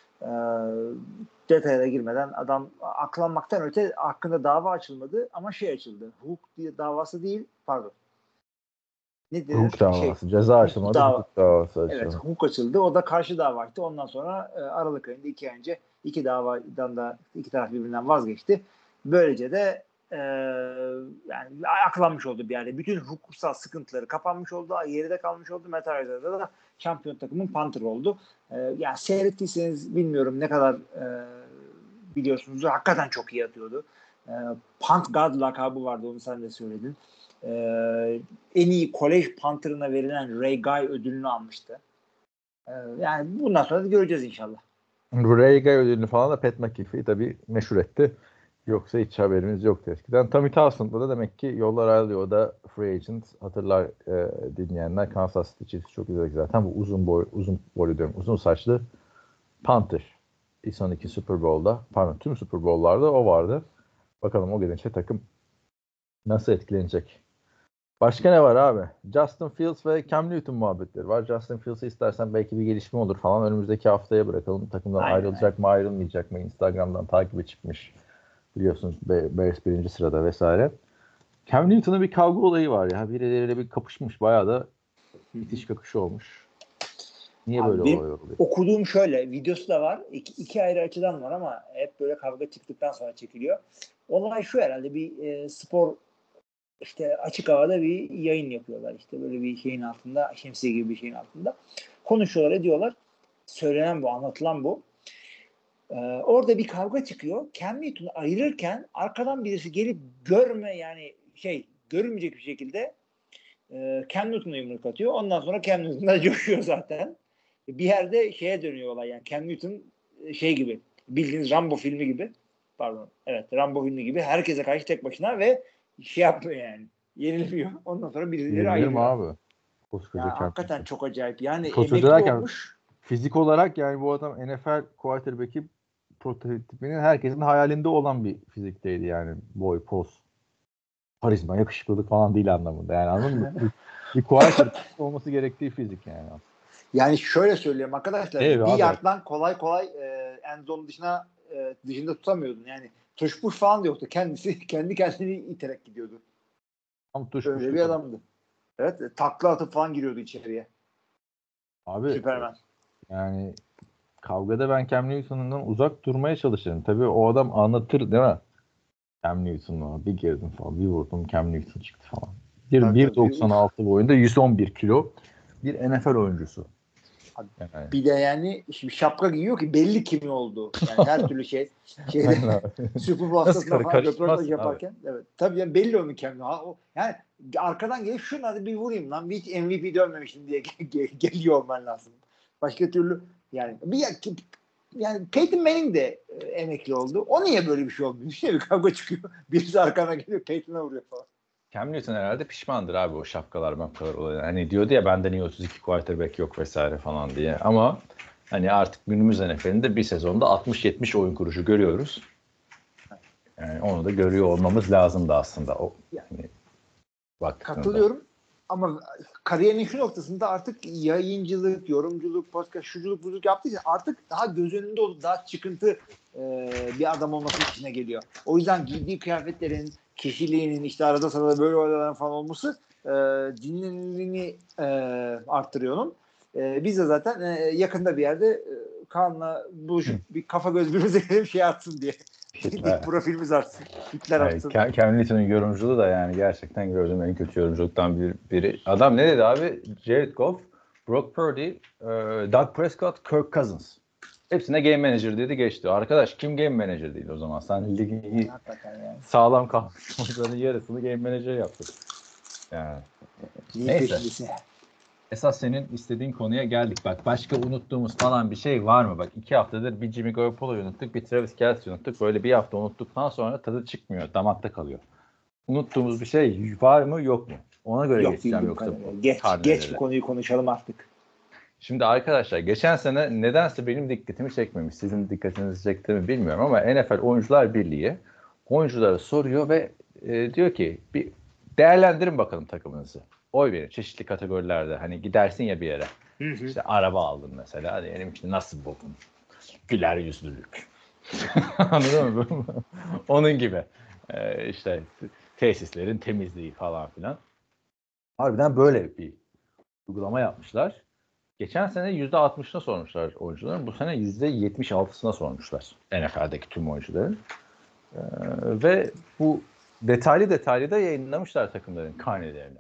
Detaya girmeden adam aklanmaktan öte hakkında dava açılmadı ama açıldı. Hukuk davası değil, pardon. Ne denir? Hukuk davası. Ceza açılmadı. Hukuk davası açıldı. Evet, hukuk açıldı. O da karşı davaydı. Ondan sonra Aralık ayında 2 ay önce iki davadan da iki taraf birbirinden vazgeçti. Böylece de yani aklanmış oldu bir yerde. Bütün hukuksal sıkıntıları kapanmış oldu. Geride kalmış oldu. Matt Ariza'da da şampiyon takımın Panther oldu. Yani seyrettiyseniz bilmiyorum ne kadar biliyorsunuz. Hakikaten çok iyi atıyordu. Punt God lakabı vardı. Onu sen de söyledin. En iyi kolej Panther'ına verilen Ray Guy ödülünü almıştı. Yani bundan sonra da göreceğiz inşallah. Ray Guy ödülünü falan da Pat McAfee tabii meşhur etti. Yoksa hiç haberimiz yoktu eskiden. Tommy Townsend'la da demek ki yollar ayrılıyor. O da free agent. Hatırlar dinleyenler Kansas City Chiefs çok izledik zaten. Bu uzun saçlı Panther. Bir sonraki Super Bowl'da, tüm Super Bowl'larda o vardı. Bakalım o gelince takım nasıl etkilenecek. Başka ne var abi? Justin Fields ve Cam Newton muhabbetleri var. Justin Fields'ı istersen belki bir gelişme olur falan. Önümüzdeki haftaya bırakalım. Takımdan ayrılacak mı ayrılmayacak mı? Instagram'dan takibi çıkmış. Biliyorsunuz Bears 1. sırada vesaire. Cam Newton'un bir kavga olayı var ya. Birileriyle bir kapışmış. Bayağı da itiş kakışı olmuş. Niye Abi böyle benim oluyor? okuduğum şöyle, videosu da var. İki ayrı açıdan var ama hep böyle kavga çıktıktan sonra çekiliyor. Olay şu herhalde, bir spor işte açık havada bir yayın yapıyorlar. İşte böyle bir şeyin altında, şemsiye gibi bir şeyin altında. Konuşuyorlar, ediyorlar. Söylenen bu, anlatılan bu. Orada bir kavga çıkıyor. Cam Newton'u ayırırken arkadan birisi gelip görünmeyecek bir şekilde Cam Newton'a yumruk atıyor. Ondan sonra Cam Newton da coşuyor zaten. Bir yerde şeye dönüyor olay yani. Cam Newton gibi, bildiğiniz Rambo filmi gibi. Pardon. Evet, Rambo filmi gibi herkese karşı tek başına ve yapmıyor yani. Yenilmiyor. Ondan sonra birileri Yenilirim ayırıyor. abi. Koskoca Ya Cam hakikaten Newton. çok acayip. Yani Koskoca emekli derken olmuş. fizik olarak yani bu adam NFL quarterback'i prototipinin herkesin hayalinde olan bir fizikteydi yani. Boy, poz, karizma, yakışıklılık falan değil anlamında. Yani anladın mı? Bir quarterback olması gerektiği fizik yani. Yani şöyle söyleyeyim arkadaşlar. Evet Bir abi. yardtan kolay kolay end zone dışında tutamıyordun. Yani tuş push falan da yoktu. Kendisi kendi kendini iterek gidiyordu. Tam tuş Öyle bir adamdı. Evet, takla atıp falan giriyordu içeriye. Abi Süperman. yani kavgada ben Cam Newton'dan uzak durmaya çalışırım. Tabii o adam anlatır değil mi? Cam Newton'la bir girdim falan, bir vurdum Cam Newton çıktı falan. Tabii, tabii. 1.96 boyunda 111 kilo bir NFL oyuncusu. Yani. Bir de yani şimdi şapka giyiyor ki belli kimin olduğu. Yani her türlü şeyde Super Bowl haftasında falan röportaj yaparken. Abi. Evet. Tabii yani belli onun kendine. Yani arkadan gelip şunu hadi bir vurayım lan. Hiç MVP dönmemiştim diye geliyor olman lazım. Başka türlü yani yani Peyton Manning de emekli oldu. O niye böyle bir şey olmuyor? İşte bir kavga çıkıyor. Birisi arkana geliyor Peyton'a vuruyor falan. Cam Newton herhalde pişmandır abi o şapkalar olayı. Hani diyordu ya bende niye 32 quarterback yok vesaire falan diye. Ama hani artık günümüz NFL'inde bir sezonda 60-70 oyun kuruşu görüyoruz. Yani onu da görüyor olmamız lazımdı aslında. O yani baktığında. Katılıyorum. Ama kariyerinin şu noktasında artık yayıncılık, yorumculuk, podcast, şuculuk, buzluk yaptığı için artık daha göz önünde olup daha çıkıntı bir adam olması içine geliyor. O yüzden giydiği kıyafetlerin, kişiliğinin işte arada sırada böyle olayların falan olması dinlenildiğini arttırıyor onun. Biz de zaten yakında bir yerde Kaan'la buluşup bir kafa göz birbirimize gelip şey atsın diye. Profilimiz artsın. Hitler artsın. Cam Newton'un yorumculuğu da yani gerçekten gördüğüm en kötü yorumculuktan biri. Adam ne dedi abi? Jared Goff, Brock Purdy, Doug Prescott, Kirk Cousins. Hepsine game manager dedi geçti. Arkadaş kim game manager değil o zaman? Sen ligi sağlam kalmış oyuncuların yarısını game manager yaptın. Yani. Neyse. Esas senin istediğin konuya geldik. Bak başka unuttuğumuz falan bir şey var mı? Bak 2 haftadır bir Jimmy Garoppolo'yu unuttuk, bir Travis Kelce unuttuk. Böyle bir hafta unuttuktan sonra tadı çıkmıyor, damakta kalıyor. Unuttuğumuz bir şey var mı yok mu? Ona göre geçeceğim yoksa. Geç bu konuyu konuşalım artık. Şimdi arkadaşlar geçen sene nedense benim dikkatimi çekmemiş. Sizin dikkatinizi çekti mi bilmiyorum ama NFL Oyuncular Birliği oyunculara soruyor ve diyor ki bir değerlendirin bakalım takımınızı. Oy verin çeşitli kategorilerde. Hani gidersin ya bir yere. İşte araba aldın mesela. Diyelim ki nasıl buldun? Güler yüzlülük. Anladın mı? Onun gibi. İşte tesislerin temizliği falan filan. Harbiden böyle bir uygulama yapmışlar. Geçen sene %60'ına sormuşlar oyuncuların. Bu sene %76'sına sormuşlar NFL'deki tüm oyuncuların. Ve bu detaylı da yayınlamışlar takımların karnelerini.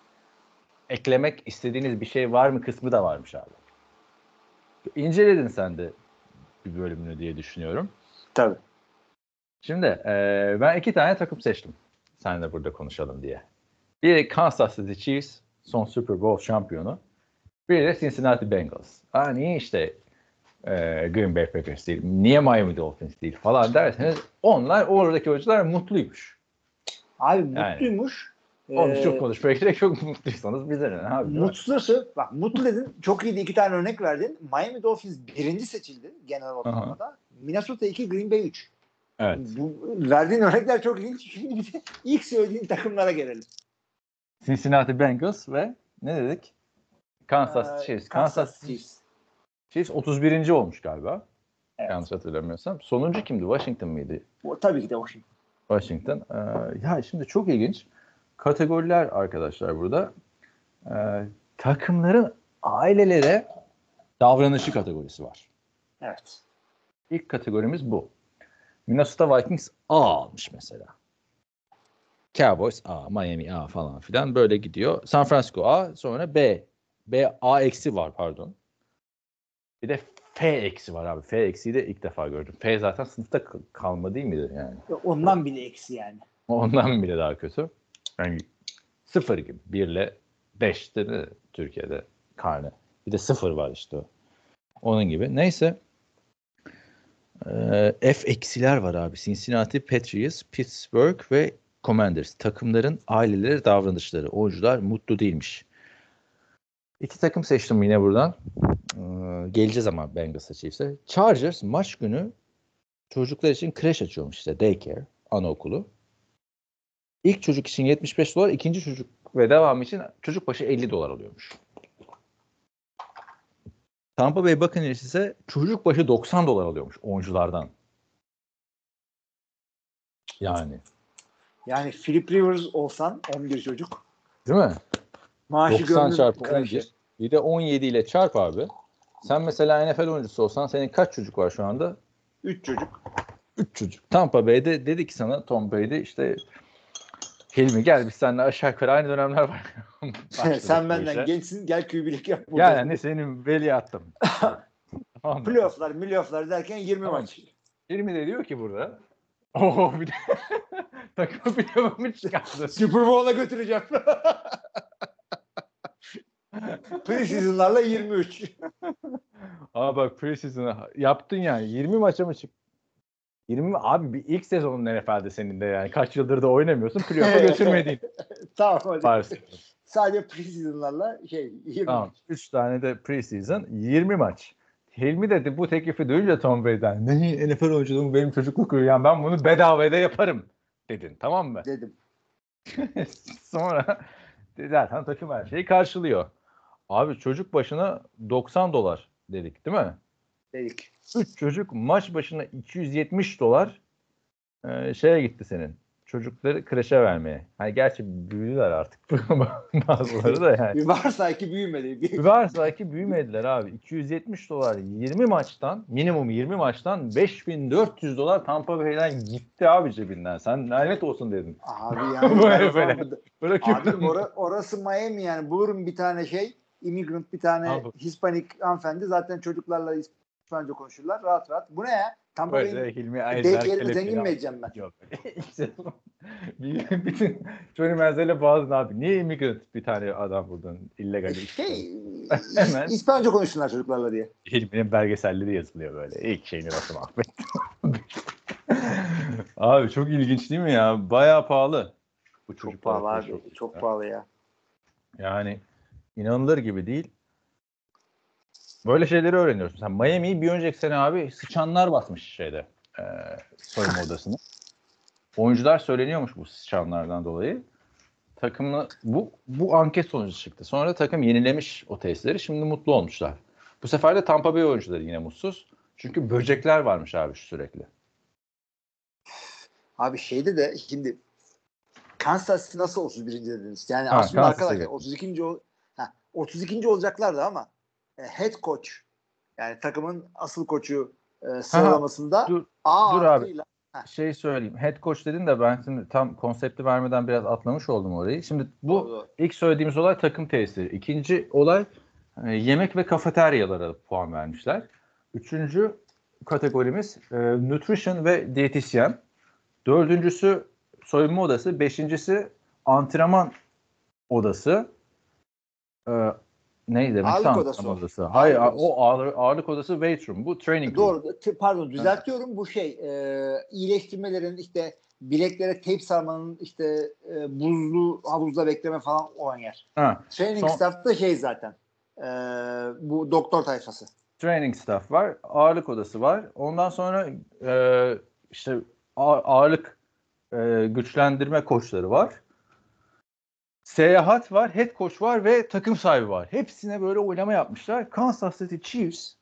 Eklemek istediğiniz bir şey var mı kısmı da varmış abi. İnceledin sen de bir bölümünü diye düşünüyorum. Tabii. Şimdi ben 2 tane takım seçtim. Seninle burada konuşalım diye. Biri Kansas City Chiefs, son Super Bowl şampiyonu. Biri de Cincinnati Bengals. Niye işte Green Bay Packers değil, niye Miami Dolphins değil falan derseniz oradaki oyuncular mutluymuş. Abi mutluymuş. Onu çok konuşmaya gerek yok. Mutluysanız bize ne abi? Mutsuzsa bak mutlu dedin. Çok iyi de 2 tane örnek verdin. Miami Dolphins 1. seçildi genel ortalamada. Minnesota 2, Green Bay 3. Evet. Bu verdiğin örnekler çok ilginç. Şimdi bir de ilk söylediğin takımlara gelelim. Cincinnati Bengals ve ne dedik? Kansas Chiefs. Kansas Chiefs. Chiefs 31. olmuş galiba. Evet. Yanlış hatırlamıyorsam. Sonuncu kimdi? Washington mıydı? Tabii ki de Washington. Ya şimdi çok ilginç. Kategoriler arkadaşlar burada. Takımların aileleri davranışı kategorisi var. Evet. İlk kategorimiz bu. Minnesota Vikings A almış mesela. Cowboys A, Miami A falan filan böyle gidiyor. San Francisco A, sonra B. B A eksi var pardon. Bir de F eksi var abi. F eksiyi de ilk defa gördüm. F zaten sınıfta kalma değil midir yani? Ondan bile eksi yani. Ondan bile daha kötü. Yani 0 gibi. 1 ile 5 değil mi Türkiye'de karne. Bir de 0 var işte o. Onun gibi. Neyse. F eksiler var abi. Cincinnati, Patriots, Pittsburgh ve Commanders. Takımların aileleri, davranışları. Oyuncular mutlu değilmiş. 2 takım seçtim yine buradan. Geleceğiz ama Bengals'a Chiefs'e. Chargers maç günü çocuklar için kreş açıyormuş işte. Daycare, anaokulu. İlk çocuk için $75, ikinci çocuk ve devam için çocuk başı $50 alıyormuş. Tampa Bay Buccaneers ise çocuk başı $90 alıyormuş oyunculardan. Yani Philip Rivers olsan 11 çocuk. değil mi? Maaşı 90 gömdün çarpı kreşe. 11. Bir de 17 ile çarp abi. Sen mesela NFL oyuncusu olsan senin kaç çocuk var şu anda? 3 çocuk. 3 çocuk. Tampa Bay'de dedi ki sana Tom Brady işte Hilmi gel biz seninle aşağı yukarı aynı dönemler var. Sen benden gençsin gel QB'lik yap. burada. Yani ne senin veliahtım. Tamam. Playoff'lar derken 20 Tamam. maç. Hilmi de diyor ki burada bir de takımı pilavımı çıkardı. Super Bowl'a götüreceğim. Preseason'larla 23. Aa bak preseason'ı yaptın yani 20 maça mı çık? 20 abi bir ilk sezonun NFL'de senin de yani kaç yıldır da oynamıyorsun playoff'a götürmediğin. Tamam hadi. Varsın. Sadece preseason'larla 20 Tamam. maç. 3 tane de preseason 20 maç. Hilmi dedi bu teklifi duyunca Tom Brady'den ne NFL oyunculuğum benim çocukluk rüyam ben bunu bedavaya da yaparım dedin tamam mı? Dedim. Sonra zaten takım her şeyi karşılıyor. Abi çocuk başına $90 dedik değil mi? Dedik. 3 çocuk maç başına $270 şeye gitti senin. Çocukları kreşe vermeye. Hani gerçi büyüdüler artık bazıları da yani. Varsa ki büyümedi. Varsa ki büyümediler abi. $270 20 maçtan minimum 20 maçtan $5.400 Tampa Bay'den gitti abi cebinden. Sen lanet olsun dedin. Abi yani Bırakıyorum. abi orası Miami yani bulurum bir tane immigrant bir tane abi. Hispanik hanımefendi zaten çocuklarla İspanyolca konuşurlar rahat rahat. Bu ne ya? Tampa Bay'in daycare'ini zengin mi edeceğim ben? Yok. Bütün Johnny Manziel'e bağladın abi. Niye immigrant bir tane adam buldun? İllegal. Hemen. İspanyolca konuşsunlar çocuklarla diye. Hilmi'nin belgeselleri yazılıyor böyle. İlk şeyini nasıl mahvettim. Abi çok ilginç değil mi ya? Bayağı pahalı. Bu çok pahalı abi. Çok pahalı ya. Yani inanılır gibi değil. Böyle şeyleri öğreniyorsun. Sen Miami'yi bir önceki sene abi sıçanlar basmış soyunma odasını. Oyuncular söyleniyormuş bu sıçanlardan dolayı. Takımı bu anket sonucu çıktı. Sonra da takım yenilemiş o testleri. Şimdi mutlu olmuşlar. Bu sefer de Tampa Bay oyuncuları yine mutsuz. Çünkü böcekler varmış abi sürekli. Abi de şimdi Kansas City nasıl 31. dediniz? Yani aslında arkadaşlar 32. olacaklardı ama head coach yani takımın asıl koçu sıralamasında dur abi. Söyleyeyim. Head coach dedin de ben şimdi tam konsepti vermeden biraz atlamış oldum orayı. Şimdi bu ilk söylediğimiz olay takım tesisleri. İkinci olay yemek ve kafeteryalara puan vermişler. Üçüncü kategorimiz nutrition ve diyetisyen. Dördüncüsü soyunma odası. Beşincisi antrenman odası. Ne demek? Ağırlık odası. Hayır, o ağırlık odası weight room. Bu training room. Doğru. Pardon düzeltiyorum. Bu iyileştirmelerin işte bileklere teyp sarmanın buzlu havuzda bekleme falan olan yer. Training staff da zaten. Bu doktor tayfası. Training staff var. Ağırlık odası var. Ondan sonra ağırlık güçlendirme koçları var. Seyahat var, head coach var ve takım sahibi var. Hepsine böyle oylama yapmışlar. Kansas City Chiefs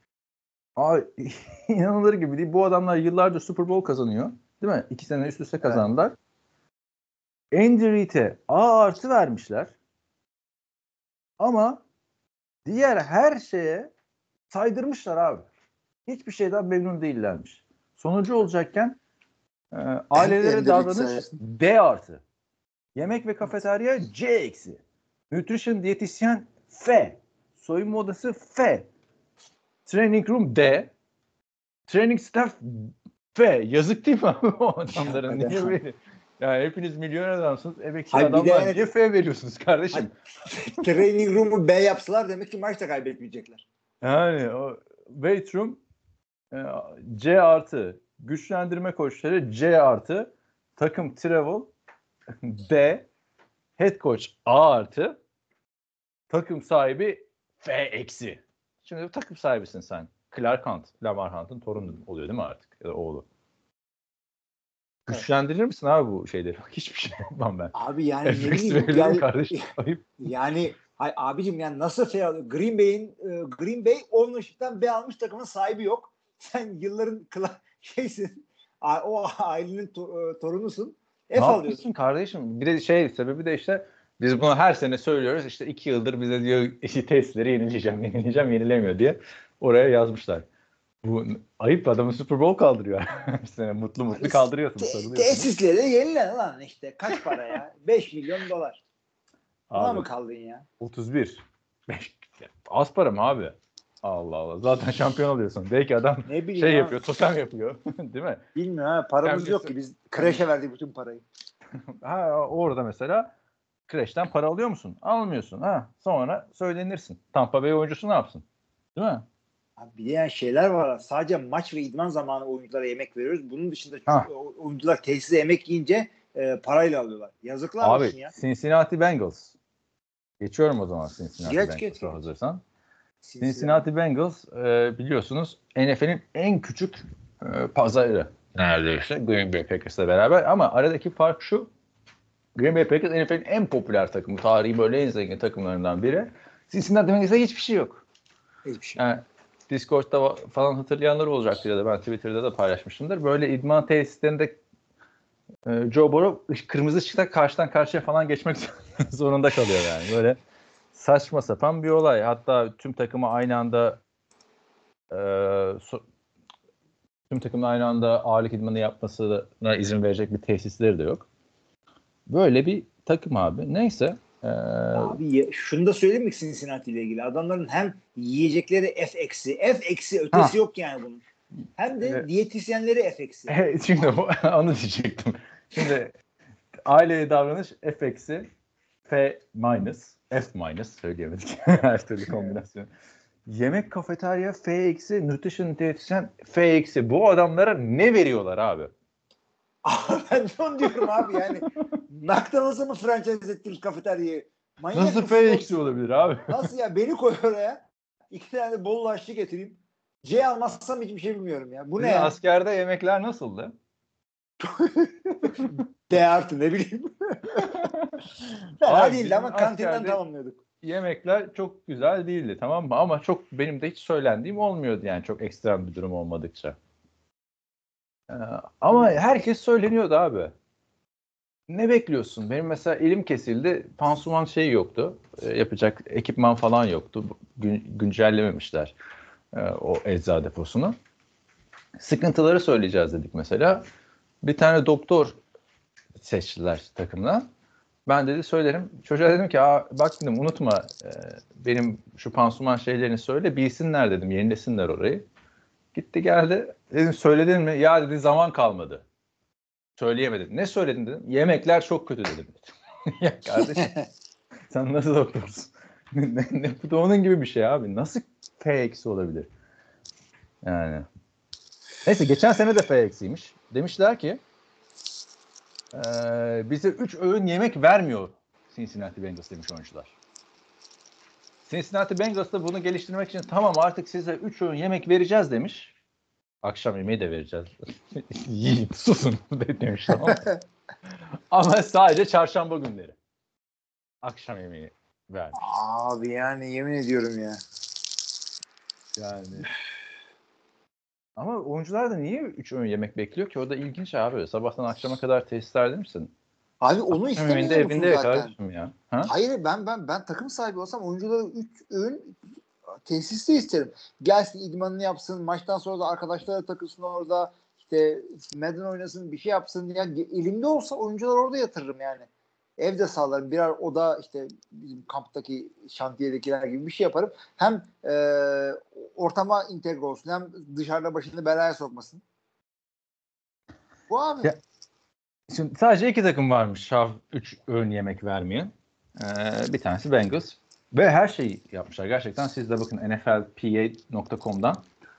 inanılır gibi değil. Bu adamlar yıllardır Super Bowl kazanıyor. Değil mi? 2 sene üst üste kazandılar. Evet. Andy Reid'e A artı vermişler. Ama diğer her şeye saydırmışlar abi. Hiçbir şeyden memnun değillermiş. Sonucu olacakken ailelere davranış D artı. Yemek ve kafeterya C eksi. Nutrition diyetisyen F. Soyunma odası F. Training room D. Training staff F. Yazık değil mi abi o adamların? Niye böyle? Yani hepiniz milyon adamsınız. Emekçi adamlar niye F veriyorsunuz kardeşim? Training room'u B yapsalar demek ki maçta kaybetmeyecekler. Yani o weight room C artı. Güçlendirme koçları C artı. Takım travel D. Head coach A artı. Takım sahibi F eksi. Şimdi takım sahibisin sen. Clark Hunt. Lamar Hunt'ın torunu oluyor değil mi artık? Ya da oğlu. Güçlendirir misin abi bu şeyleri? Hiçbir şey yapmam ben. Abi yani ne bileyim kardeşim. Ayıp. Yani abicim yani nasıl şey alıyor? Green Bay ownership'ten B almış takımın sahibi yok. Sen yılların şeysin. O ailenin torunusun. F Ne alıyorsun. yapıyorsun kardeşim? Bir de sebebi de işte biz bunu her sene söylüyoruz. İşte 2 yıldır bize diyor testleri yenilemiyor diye oraya yazmışlar. Bu ayıp, adamı Super Bowl kaldırıyor. Bir sene mutlu kaldırıyorsun. Tesisleri yenilen lan işte. Kaç para ya? 5 milyon dolar. Buna Abi, mı kaldın ya? 31. Az para mı abi? Allah Allah. Zaten şampiyon oluyorsun. Belki adam yapıyor, totem yapıyor. Değil mi? Bilmiyorum ha. Paramız yok ki. Biz Crash'e verdik bütün parayı. Orada mesela Crash'ten para alıyor musun? Almıyorsun. Sonra söylenirsin. Tampa Bay oyuncusu ne yapsın? Değil mi? Abi bir de yani şeyler var. Sadece maç ve idman zamanı oyunculara yemek veriyoruz. Bunun dışında oyuncular tesise yemek yiyince parayla alıyorlar. Yazıklar olsun ya. Cincinnati Bengals. Geçiyorum o zaman Cincinnati Bengals'a geç. hazırsan. Cincinnati Bengals biliyorsunuz NFL'in en küçük pazarı neredeyse Green Bay Packers'la beraber, ama aradaki fark şu: Green Bay Packers NFL'in en popüler takımı, tarihi böyle en zengin takımlarından biri. Cincinnati Bengals'da hiçbir şey yok. Hiçbir şey. Yani Discord'da falan hatırlayanlar olacaktır ya da ben Twitter'da da paylaşmışımdır. Böyle idman tesislerinde Joe Burrow kırmızı ışıkta karşıdan karşıya falan geçmek zorunda kalıyor yani. Böyle saçma sapan bir olay. Hatta tüm takımı aynı anda ağırlık idmanı yapmasına izin verecek bir tesisleri de yok. Böyle bir takım abi. Neyse. Abi şunu da söyleyeyim mi Cincinnati ile ilgili? Adamların hem yiyecekleri F eksi ötesi yok yani bunun. Hem de diyetisyenleri F eksi. Şimdi onu diyecektim. Şimdi aileye davranış F eksi, F minus söyleyemedik. Her türlü kombinasyon. Yemek kafeterya F eksi, nutrition diyetisyen F eksi. Bu adamlara ne veriyorlar abi? Ben de onu diyorum abi yani. McDonald's'a mı franchise ettirir kafeteryayı? Nasıl F eksi olabilir abi? Nasıl ya? Beni koy oraya. 2 tane de bol laşlı getireyim. C almazsam hiçbir şey bilmiyorum ya. Bu ne ya? Askerde yemekler nasıldı? D artı ne bileyim. Fena değildi ama kantinden tamamlıyorduk. Yemekler çok güzel değildi, tamam mı? Ama çok benim de hiç söylendiğim olmuyordu yani, çok ekstrem bir durum olmadıkça. Ama herkes söyleniyordu abi. Ne bekliyorsun? Benim mesela elim kesildi. Pansuman yoktu. Yapacak ekipman falan yoktu. Güncellememişler o eczacı deposunu. Sıkıntıları söyleyeceğiz dedik mesela. Bir tane doktor seçtiler takımdan. Ben dedi söylerim. Çocuğa dedim ki bak dedim, unutma benim şu pansuman şeylerini söyle, bilsinler dedim, yenilesinler orayı. Gitti geldi. Dedim söyledin mi? Ya dedi zaman kalmadı. Söyleyemedim. Ne söyledin dedim. Yemekler çok kötü dedim. Ya kardeşim sen nasıl doktorsun? Bu da onun gibi bir şey abi. Nasıl F eksi olabilir? Yani. Neyse, geçen sene de F eksiymiş. Demişler ki bize 3 öğün yemek vermiyor Cincinnati Bengals demiş oyuncular. Cincinnati Bengals da bunu geliştirmek için tamam artık size 3 öğün yemek vereceğiz demiş. Akşam yemeği de vereceğiz. Yiyin, susun demiş, tamam. Ama sadece çarşamba günleri. Akşam yemeği vermiş. Abi yani yemin ediyorum ya. Yani. Ama oyuncular da niye 3 öğün yemek bekliyor ki? O da ilginç abi. Sabahtan akşama kadar tesislerde misin? Abi onu istemiyor musun evinde zaten? Kardeşim ya. Ha? Hayır ben takım sahibi olsam oyunculara 3 öğün tesiste isterim. Gelsin idmanını yapsın. Maçtan sonra da arkadaşlarla takılsın orada. İşte Madden oynasın. Bir şey yapsın. Yani elimde olsa oyuncular orada yatırırım yani. Evde sağlarım. Birer oda işte bizim kamptaki şantiyedekiler gibi bir şey yaparım. Hem ortama entegre olsun. Hem dışarıda başını belaya sokmasın. Bu abi. Ya, şimdi sadece 2 takım varmış 3 öğün yemek vermeyen. Bir tanesi Bengals. Ve her şeyi yapmışlar. Gerçekten siz de bakın NFLPA.com'dan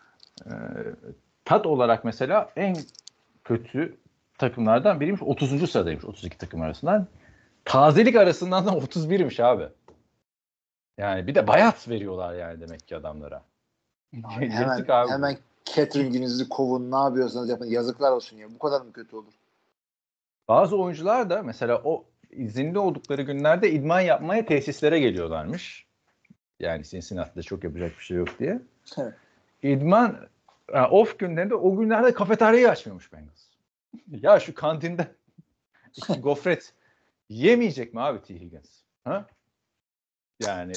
tat olarak mesela en kötü takımlardan biriymiş. 30. sıradaymış 32 takım arasından. Tazelik arasından da 31'miş abi. Yani bir de bayat veriyorlar yani demek ki adamlara. Hemen catering'inizi kovun, ne yapıyorsanız yapın. Yazıklar olsun ya. Bu kadar mı kötü olur? Bazı oyuncular da mesela o izinli oldukları günlerde idman yapmaya tesislere geliyorlarmış. Yani Cincinnati'de çok yapacak bir şey yok diye. Evet. İdman off günlerinde o günlerde kafeteryayı açmıyormuş Bengals. Ya şu kantinde gofret yemeyecek mi abi T. Higgins? Ha? Yani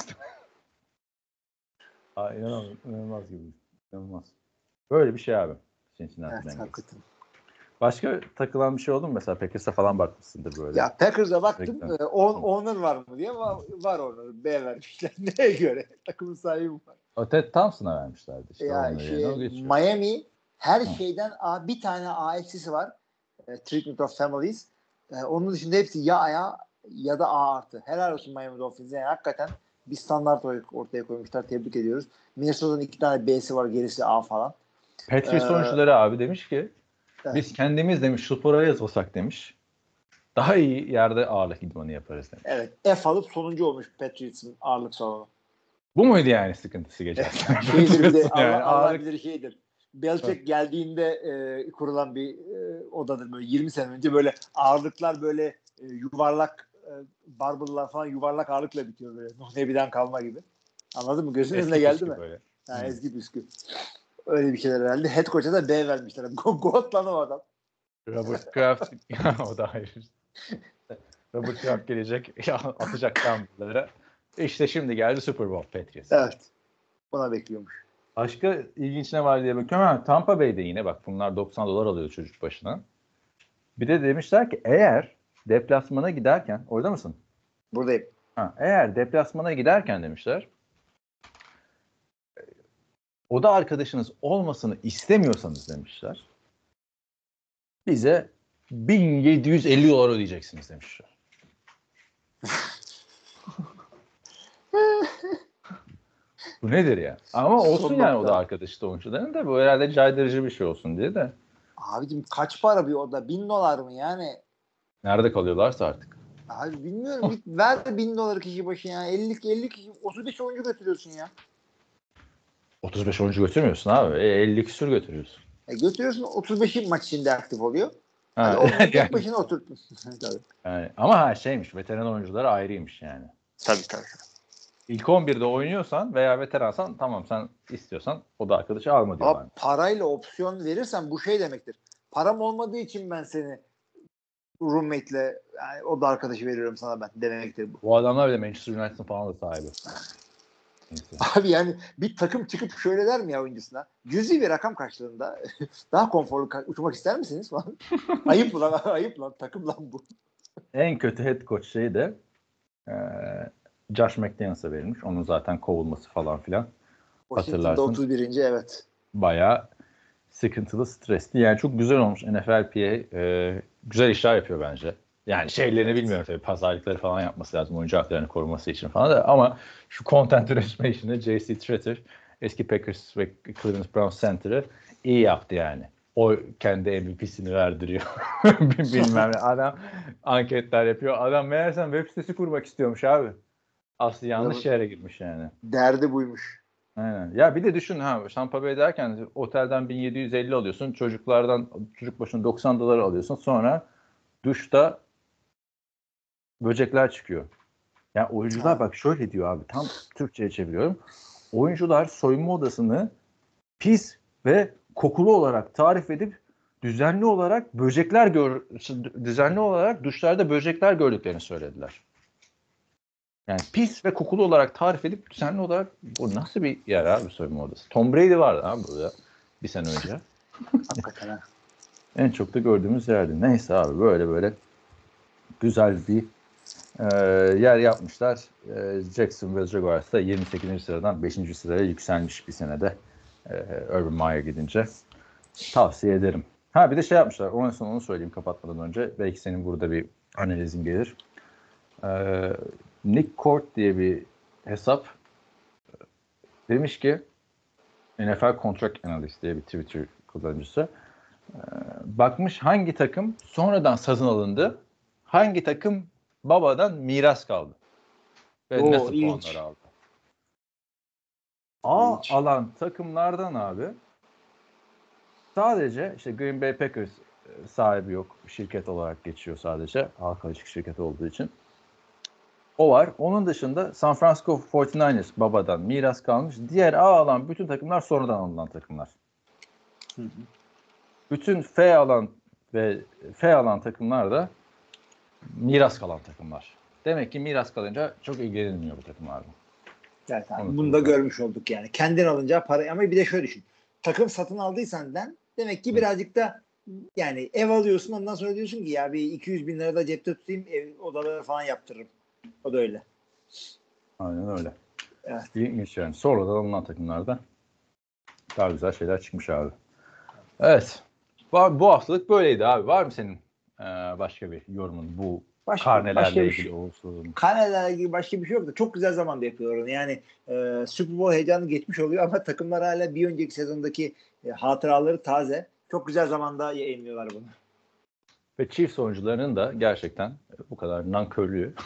inanılmaz gibi. İnanılmaz. Böyle bir şey abi. Cincinnati Evet, Bengals. hakikaten. Başka takılan bir şey oldu mu? Mesela Packers'a falan bakmışsındır böyle. Ya Packers'a baktım. Owner var mı diye. Var owner. B vermişler. Neye göre? Takımın sahibi var. O Ted Thompson'a vermişlerdi işte. Ya Miami her şeyden bir tane A eksisi var. Treatment of Families. Onun dışında hepsi ya A ya da A artı. Helal olsun Miami Dolphins'e. Yani hakikaten bir standart ortaya koymuşlar. Tebrik ediyoruz. Minnesota'nın 2 tane B'si var. Gerisi A falan. Patriots oyuncuları abi demiş ki biz kendimiz demiş spora yazılsak demiş. Daha iyi yerde ağırlık idmanı yaparız demiş. Evet. F alıp sonuncu olmuş Patriots'ın ağırlık salonu. Bu muydu yani sıkıntısı geçen sene? Şeydir bir de yani Allah bilir şeydir. Belichick geldiğinde kurulan bir odadır böyle 20 sene önce böyle ağırlıklar böyle yuvarlak barbell'lar falan yuvarlak ağırlıkla bitiyor böyle. Nuh Nebi'den kalma gibi. Anladın mı? Gözünün önüne geldi mi? Böyle. Yani ezgi püskü. Öyle bir şeyler herhalde. Head coach'a da B vermişler. God lan o adam. Robert Kraft o da ayrı. Robert Kraft gelecek atacak damlalara. İşte şimdi geldi Super Bowl Patriots. Evet. Ona bekliyormuş. Başka ilginç ne var diye bakıyorum. Tampa Bay'de yine bak bunlar $90 alıyor çocuk başına. Bir de demişler ki eğer deplasmana giderken orada mısın? Buradayım. Eğer deplasmana giderken demişler o da arkadaşınız olmasını istemiyorsanız demişler bize $1,750 ödeyeceksiniz demişler. Bu nedir ya? Ama olsun yani o da arkadaşı da oyuncuların da bu herhalde caydırıcı bir şey olsun diye de. Abicim kaç para bir oda? $1,000 mı yani? Nerede kalıyorlarsa artık. Abi bilmiyorum. Git ver $1,000 kişi başı ya. 50 kişi 35 oyuncu götürüyorsun ya. 35 oyuncu götürmüyorsun abi. 50 küsur götürüyorsun. Götürüyorsun 35'i maç içinde aktif oluyor. Yani, tek başına oturtun. Yani, ama şeymiş veteran oyuncular ayrıymış yani. Tabii. İlk 11'de oynuyorsan veya veteransan tamam sen istiyorsan o da arkadaşı alma diyorlar. Ama parayla opsiyon verirsen bu şey demektir. Param olmadığı için ben seni roommate'le yani o da arkadaşı veriyorum sana ben demektir bu. Bu adamlar bile Manchester United'ın falan da sahibi. Neyse. Abi yani bir takım çıkıp şöyle der mi ya oyuncusuna? Cüzi bir rakam karşılığında daha konforlu uçmak ister misiniz falan? Ayıp lan takım lan bu. En kötü head coach şeyi de Josh McDaniels'a verilmiş. Onun zaten kovulması falan filan. Washington'da 31. evet. Bayağı sıkıntılı, stresli. Yani çok güzel olmuş. NFLPA güzel işler yapıyor bence. Yani şeylerini bilmiyorum tabii. Pazarlıkları falan yapması lazım. Oyuncu haklarını koruması için falan da. Ama şu content üretme işini J.C. Tretter, eski Packers ve Cleveland Browns Center'ı iyi yaptı yani. O kendi MVP'sini verdiriyor. Bilmem ne. Adam anketler yapıyor. Adam meğersem web sitesi kurmak istiyormuş abi. Aslında yanlış yere girmiş yani. Derdi buymuş. Aynen. Ya bir de düşün Tampa Bay derken otelden 1750 alıyorsun. Çocuk başına $90 alıyorsun. Sonra duşta böcekler çıkıyor. Yani oyuncular bak şöyle diyor abi. Tam Türkçe'ye çeviriyorum. Oyuncular soyunma odasını pis ve kokulu olarak tarif edip düzenli olarak duşlarda böcekler gördüklerini söylediler. Yani pis ve kokulu olarak tarif edip düzenli olarak bu nasıl bir yer abi soyunma odası? Tom Brady vardı abi burada bir sene önce. Hakikaten ha. En çok da gördüğümüz yerdi. Neyse abi böyle güzel bir yer yapmışlar. Jacksonville Jaguars da 28. sıradan 5. sıraya yükselmiş bir senede. Urban Meyer gidince. Tavsiye ederim. Ha bir de şey yapmışlar. Onu söyleyeyim kapatmadan önce. Belki senin burada bir analizin gelir. Nick Court diye bir hesap demiş ki NFL Contract Analyst diye bir Twitter kullanıcısı. Bakmış hangi takım sonradan satın alındı, hangi takım babadan miras kaldı ve nasıl puanlar aldı. A alan takımlardan abi sadece işte Green Bay Packers sahibi yok, şirket olarak geçiyor sadece halka açık şirket olduğu için. O var. Onun dışında San Francisco 49ers babadan miras kalmış. Diğer A alan bütün takımlar sonradan alınan takımlar. Hı hı. Bütün F alan ve F alan takımlar da miras kalan takımlar. Demek ki miras kalınca çok ilgilenilmiyor bu takımlarla. Evet abi, bunu da görmüş olduk yani. Kendin alınca para ama bir de şöyle düşün. Takım satın aldıysan demek ki birazcık da yani ev alıyorsun ondan sonra diyorsun ki ya bir 200 bin lira da cepte tutayım ev odaları falan yaptırırım. O da öyle. Aynen öyle. Evet. İlginç yani. Sonradan alınan takımlarda daha güzel şeyler çıkmış abi. Evet. Bu haftalık böyleydi abi. Var mı senin başka bir yorumun bu karnelerle ilgili olsun? Karnelerle ilgili başka bir şey yok da çok güzel zamanda yapıyorlar onu. Yani Super Bowl heyecanı geçmiş oluyor ama takımlar hala bir önceki sezondaki hatıraları taze. Çok güzel zamanda yayınlıyorlar bunu. Ve Chiefs oyuncularının da gerçekten bu kadar nankörlüğü.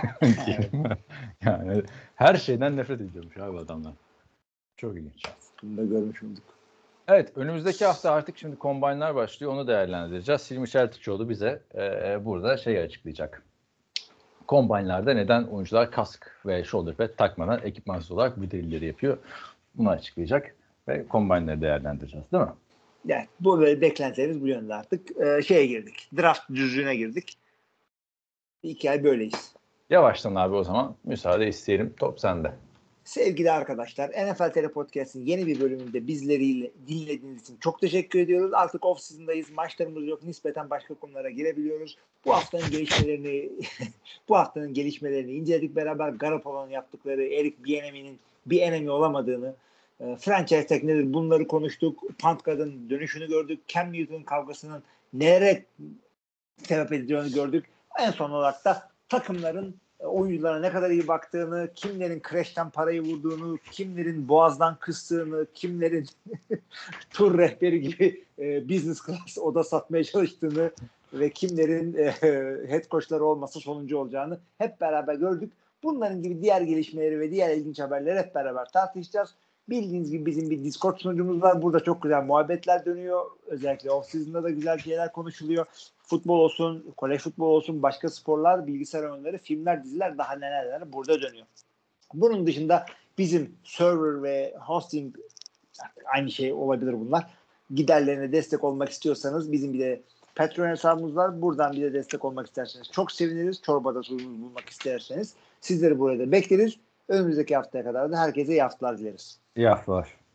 Yani her şeyden nefret ediyormuş abi adamlar. Çok ilginç. Bunu da görmüş olduk. Evet, önümüzdeki hafta artık şimdi kombaynlar başlıyor. Onu değerlendireceğiz. Hilmi Çeltikçioğlu bize burada şeyi açıklayacak. Kombaynlarda neden oyuncular kask ve shoulder pad takmadan ekipmansız olarak bu delilleri yapıyor? Bunu açıklayacak ve kombaynları değerlendireceğiz değil mi? Yani bu böyle beklentilerimiz bu yönde artık. Şeye girdik. Draft düzlüğüne girdik. Bir 2 ay böyleyiz. Yavaştan abi o zaman müsaade isteyelim. Top sende. Sevgili arkadaşlar, NFL TR Podcast'ın yeni bir bölümünde bizleri dinlediğiniz için çok teşekkür ediyoruz. Artık off season'dayız. Maçlarımız yok. Nispeten başka konulara girebiliyoruz. Bu haftanın gelişmelerini inceledik beraber. Garoppolo'nun yaptıkları, Eric Bieniemy'nin Bieniemy olamadığını, franchise tag nedir bunları konuştuk. Pantgad'ın dönüşünü gördük. Cam Newton kavgasının nereye sebep edeceğini gördük. En son olarak da takımların oyunculara ne kadar iyi baktığını, kimlerin crash'ten parayı vurduğunu, kimlerin boğazdan kıstığını, kimlerin tur rehberi gibi business class oda satmaya çalıştığını ve kimlerin head coach'ları olmasa sonuncu olacağını hep beraber gördük. Bunların gibi diğer gelişmeleri ve diğer ilginç haberleri hep beraber tartışacağız. Bildiğiniz gibi bizim bir Discord sunucumuz var. Burada çok güzel muhabbetler dönüyor. Özellikle off-season'da da güzel şeyler konuşuluyor. Futbol olsun, kolej futbol olsun, başka sporlar, bilgisayar oyunları, filmler, diziler daha neler burada dönüyor. Bunun dışında bizim server ve hosting aynı şey olabilir bunlar. Giderlerine destek olmak istiyorsanız bizim bir de Patreon hesabımız var. Buradan bir de destek olmak isterseniz çok seviniriz. Çorbada suyumuzu bulmak isterseniz sizleri burada bekleriz. Önümüzdeki haftaya kadar da herkese iyi haftalar dileriz. İyi haftalar.